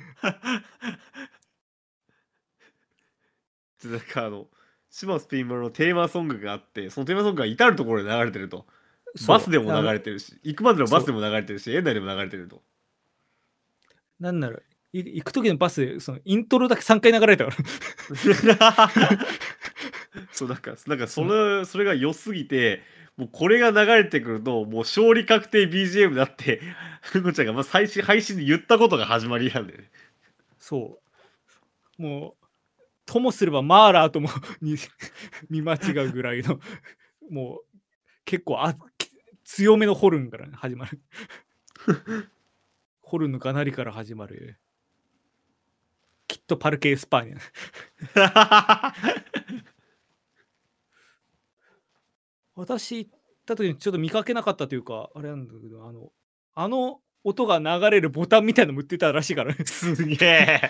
なんかあの島スピンマルのテーマソングがあって、そのテーマソングが至るところで流れてると。バスでも流れてるし、行くまでのバスでも流れてるし、園内でも流れてると。 なんなら行く時のバスでそのイントロだけさんかい流れたからそうなんかなんかそれそれが良すぎて、もうこれが流れてくるともう勝利確定 ビージーエム だってふごちゃんがまあ最新配信で言ったことが始まりなんだよね。 そうもうともすればマーラーともに見間違うぐらいのもう結構あ強めのホルンから始まるホルンのがなりから始まるきっとパルケ・エスパーニャ私行った時にちょっと見かけなかったというかあれなんだけど、あのあの音が流れるボタンみたいなのも売ってたらしいからすげえ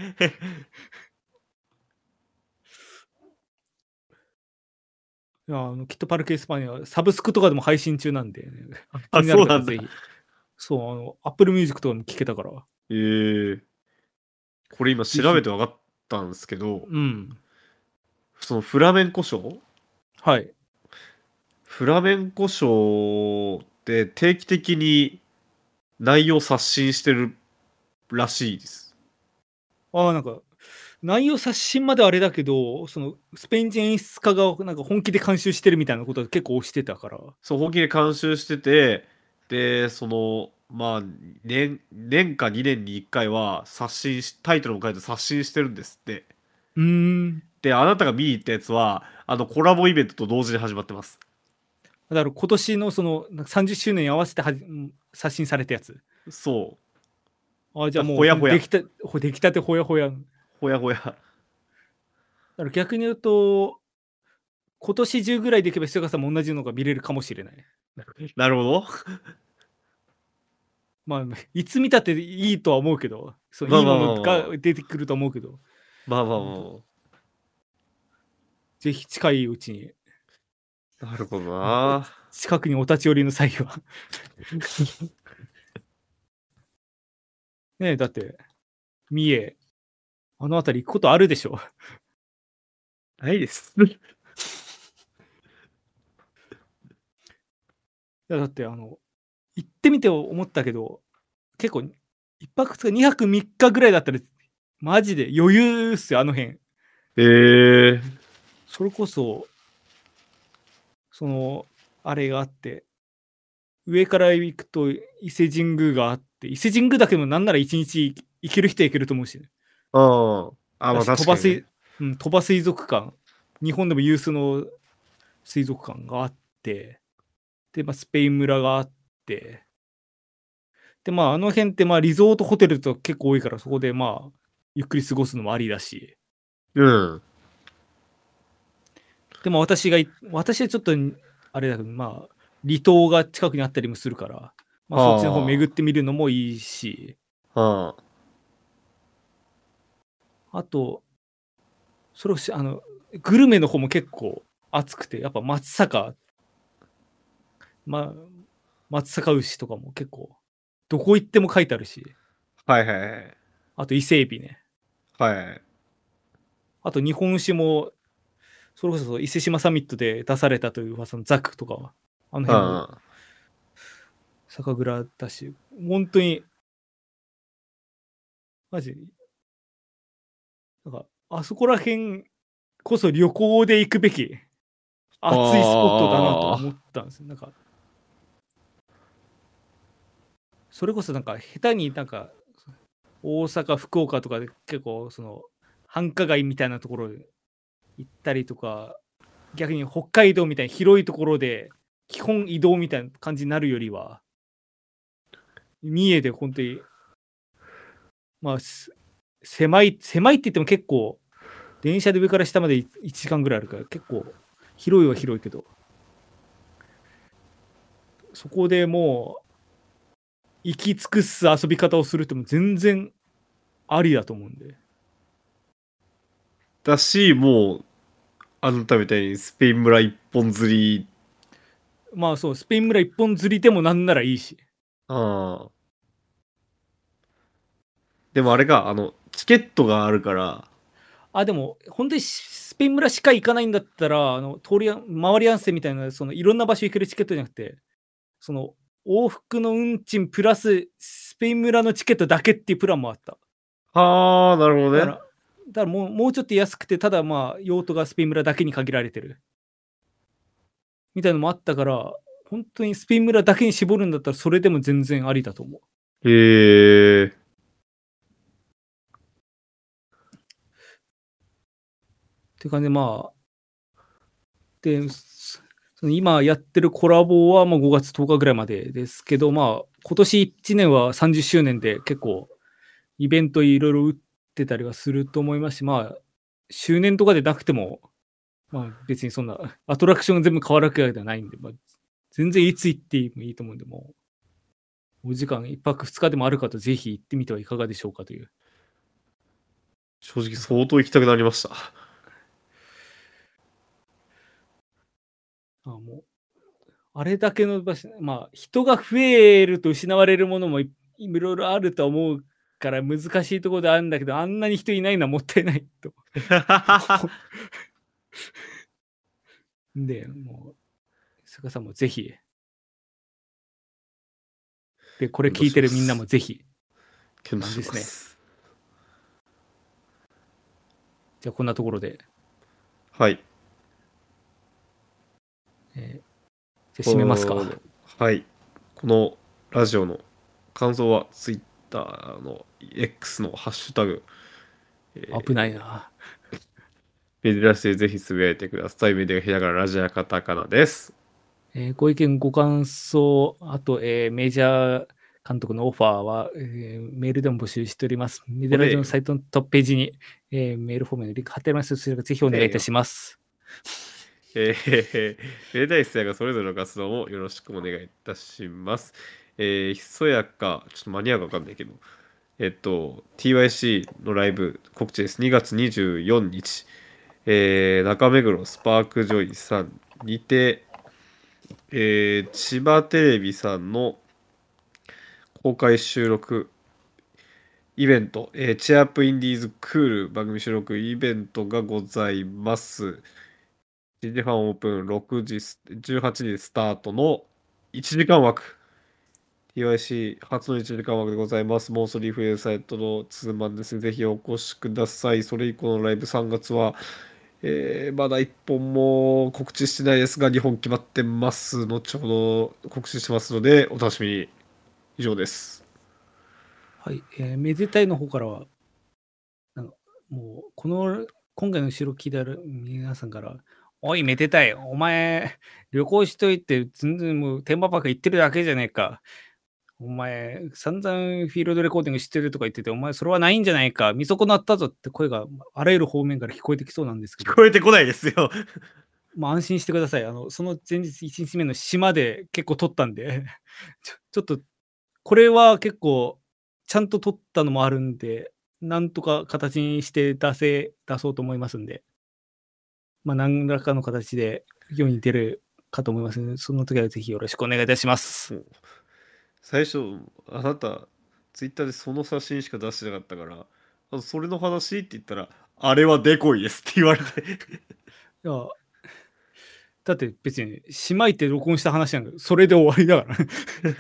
いやあのきっとパルケ・エスパーニャはサブスクとかでも配信中なんで、ね、気あになるそうなんだ方はぜひ。そうあのアップルミュージックとかも聞けたから。 えー、これ今調べて分かったんですけど、 うん、 そのフラメンコショーはい。 フラメンコショーって定期的に内容刷新してるらしいです。 ああ、なんか内容刷新まであれだけど、そのスペイン人演出家がなんか本気で監修してるみたいなことは結構推してたから。 そう本気で監修してて、 で、その、まあ、年、年かにねんにいっかいは刷新し、タイトルも書いて刷新してるんですって。 うーん。 で、あなたが見に行ったやつは、あの、コラボイベントと同時に始まってます。 だから今年のそのなんかさんじゅっしゅうねんに合わせてはじうん刷新されたやつ。 そう。 あ、じゃあだもうほやほや。 ほん出来たほ出来たてほやほや。だほやほや。 から逆に言うと、今年中ぐらいでいけば、ひそかさんも同じのが見れるかもしれない。 なるほど。 まあ、いつ見たっていいとは思うけど、そう、 まあまあまいいものあまあ。 が出てくると思うけど、 まあまあほんと、 まぜひ近いうちに、 あ。なるほどまあ、 な。 近くにお立ち寄りの際はねえ、だって、三重、あの辺り行くことあるでしょ。 ないです。 いや、だってあの、行ってみて思ったけど、結構いっぱくふつか、にはくみっかぐらいだったら、マジで余裕っすよ、あの辺。 ええ。 それこそ、その、あれがあって、上から行くと伊勢神宮があって、伊勢神宮だけでもなんならいちにち行ける人は行けると思うしね。 ああ。あ、まあだし、 確かにね。 鳥羽水うん、鳥羽水族館、日本でも有数の水族館があって、で、まあ、スペイン村があって、で、まあ、あの辺ってまあリゾートホテルと結構多いから、そこでまあ、ゆっくり過ごすのもありだし、 うん。 でも私がい私はちょっとあれだけど、まあ、離島が近くにあったりもするから、まあ、そっちの方あ巡ってみるのもいいし、 あ。ああ。 あと、それをしあの、グルメの方も結構熱くて、やっぱ松阪、ま松阪牛とかも結構、どこ行っても書いてあるし、 はいはいはい。 あと伊勢海老ね。 はい。 あと日本酒も、それこそ伊勢志摩サミットで出されたという噂のザクとかは、あの辺もああ。 酒蔵だし、本当に、マジ、なんか、あそこら辺こそ旅行で行くべき熱いスポットだなと思ああ。 ったんですよ。なんか、それこそなんか下手になんか大阪、福岡とかで結構その繁華街みたいなところ行ったりとか、逆に北海道みたいに広いところで基本移動みたいな感じになるよりは、三重で本当に、まあ、す狭い、狭いって言っても結構、電車で上から下までいちじかんぐらいあるから、結構広いは広いけど、そこでもう行き尽くす遊び方をするっても全然ありだと思うんで。 だし、もう、あなたみたいにスペイン村一本釣り。 まあそう、スペイン村一本釣りでもなんならいいし。 ああ。でもあれが、あの、チケットがあるから、 あ、でも、本当にスペイン村しか行かないんだったら、あの、通りや回り合わせみたいな、そのいろんな場所行けるチケットじゃなくて、その往復の運賃プラススペイン村のチケットだけっていうプランもあった。 はあ、なるほどね。 だから、だからもうもうちょっと安くて、ただまあ、用途がスペイン村だけに限られてる。みたいなのもあったから、本当にスペイン村だけに絞るんだったら、それでも全然ありだと思う。 へえ。 っていう感じで、まあ、で、その今やってるコラボはまあごがつとおかぐらいまでですけど、まあ、今年いちねんはさんじゅっしゅうねんで結構イベントいろいろ打ってたりはすると思いますし、まあ、周年とかでなくても、まあ別にそんなアトラクションが全部変わるわけではないんで、まあ、全然いつ行ってもいいと思うんで、もう、お時間いっぱくふつかでもある方、ぜひ行ってみてはいかがでしょうかという。 正直相当行きたくなりました。 あもうあれだけの場所、まあ、人が増えると失われるものもいいろいろあると思うから難しいところであるんだけど、あんなに人いないのはもったいないと。で、もう、菅さんもぜひ、で、これ検討聞いてるみんなします。 もぜひ、 検討し感じですね。 ます。 じゃあ、こんなところで、 はい。 えーじゃあ締めますか。 はい。 このラジオの感想は Twitter の X のハッシュタグ、え危ないな。 メディラシでぜひつぶやいてください。メディアがひらがな、ラジオはカタカナです。 えーご意見、ご感想、あと、えーメジャー監督のオファーは、えーメールでも募集しております。メディラジオのサイトのトップページに、えーメールフォームのリンク貼ってありますので、そちらぜひお願いいたします。 えー、めでたい世代がそれぞれの活動もよろしくお願いいたします。えー、ひそやか、ちょっと間に合うかわかんないけど、えっと、ティーワイシー のライブ告知です。にがつにじゅうよっか、えー、中目黒スパークジョイさんにて、えー、千葉テレビさんの公開収録イベント、えー、チェアアップインディーズクール番組収録イベントがございます。いちじはんオープン、ろくじ、じゅうはちじスタートのいちじかん枠。ティーワイシー 初のいちじかん枠でございます。モンストリーフウェブサイトのツーマンですね。ぜひお越しください。それ以降のライブさんがつは、えーまだいっぽんも告知してないですが、にほん決まってます。後ほど告知しますので、お楽しみに。以上です。 はい、えーめでたいの方からは、なんかもう、この、今回の収録聞いてある皆さんから、おい、めでたい、お前、旅行しといて、全然もうテーマパーク行ってるだけじゃねえか。お前、散々フィールドレコーディングしてるとか言ってて、お前、それはないんじゃないか。見損なったぞって声があらゆる方面から聞こえてきそうなんですけど。 聞こえてこないですよ。 まあ、安心してください。あの、その前日いちにちめの島で結構撮ったんで、ちょちょっと、これは結構ちゃんと撮ったのもあるんで、なんとか形にして出せ出そうと思いますんで。まあ、何らかの形で世に出るかと思いますので、その時はぜひよろしくお願いいたします。 もう最初、あなた、ツイッターでその写真しか出してなかったから、あのそれの話って言ったら、あれはデコイですって言われて。 いや、だって別にしまいって録音した話なんだけど、それで終わりだからね。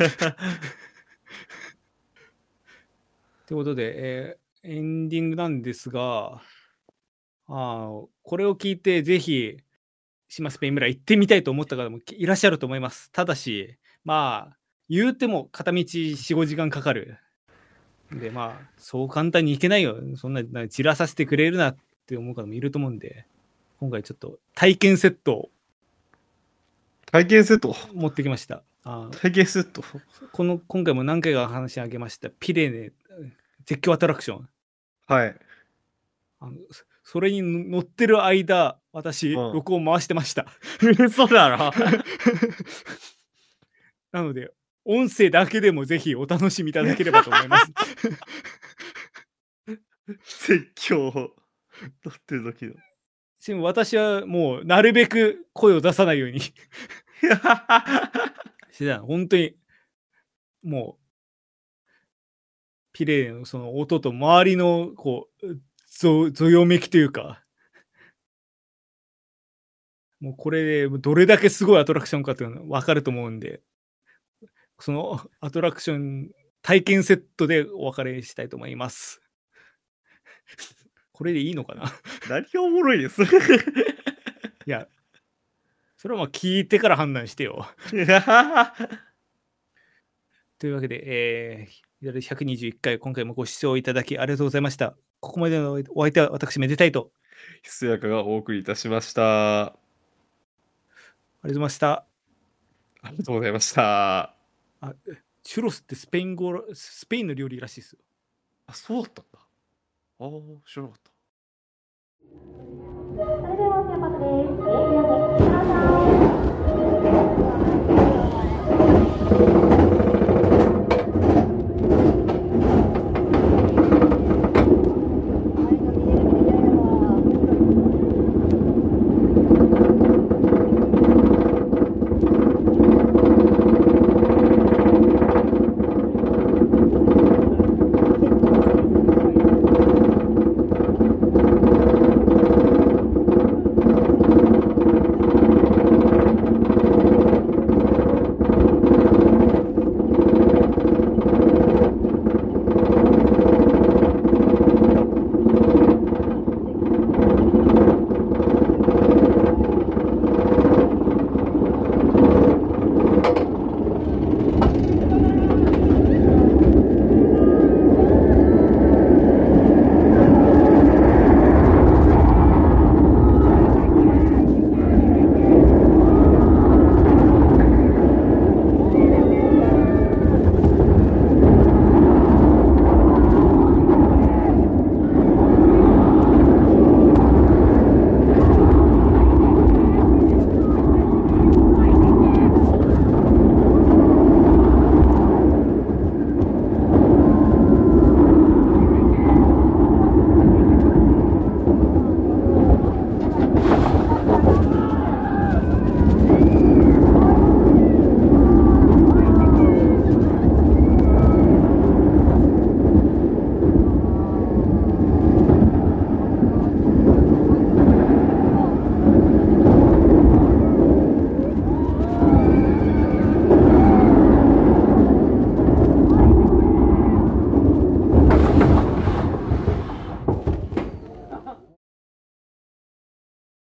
ということで、えーエンディングなんですが、あーこれを聞いてぜひ島スペイン村行ってみたいと思った方もいらっしゃると思います。ただし、まあ、言うても片道よん、ごじかんかかる。で、まあ、そう簡単に行けないよ。そんな、なじらさせてくれるなって思う方もいると思うんで、今回ちょっと体験セットを体験セット持ってきました。あ体験セットこの今回も何回か話し上げましたピレネ絶叫アトラクション。 はい。 あのそそれに乗ってる間、私、 うん。 録音回してました。 嘘だろ。 なので、音声だけでもぜひお楽しみいただければと思います。 説教乗ってる時の。 でも私はもうなるべく声を出さないようにしてた。本当に、もう、ピレーのその音と周りのこう、ぞぞよめきというか、もうこれでどれだけすごいアトラクションかというのが分かると思うんで、そのアトラクション体験セットでお別れしたいと思います。これでいいのかな。 何がおもろいです。 いや、それはまあ聞いてから判断してよ。というわけで、えー、ひゃくにじゅういっかい、今回もご視聴いただきありがとうございました。ここまでのお相手は私、めでたいと。 ひそやかがお送りいたしました。あありがとうございました。 りがとうございました。 あ、チュロスってスペイン語、スペインの料理らしいですよ。 あ、そうだったんだ。ああ、知らなかった。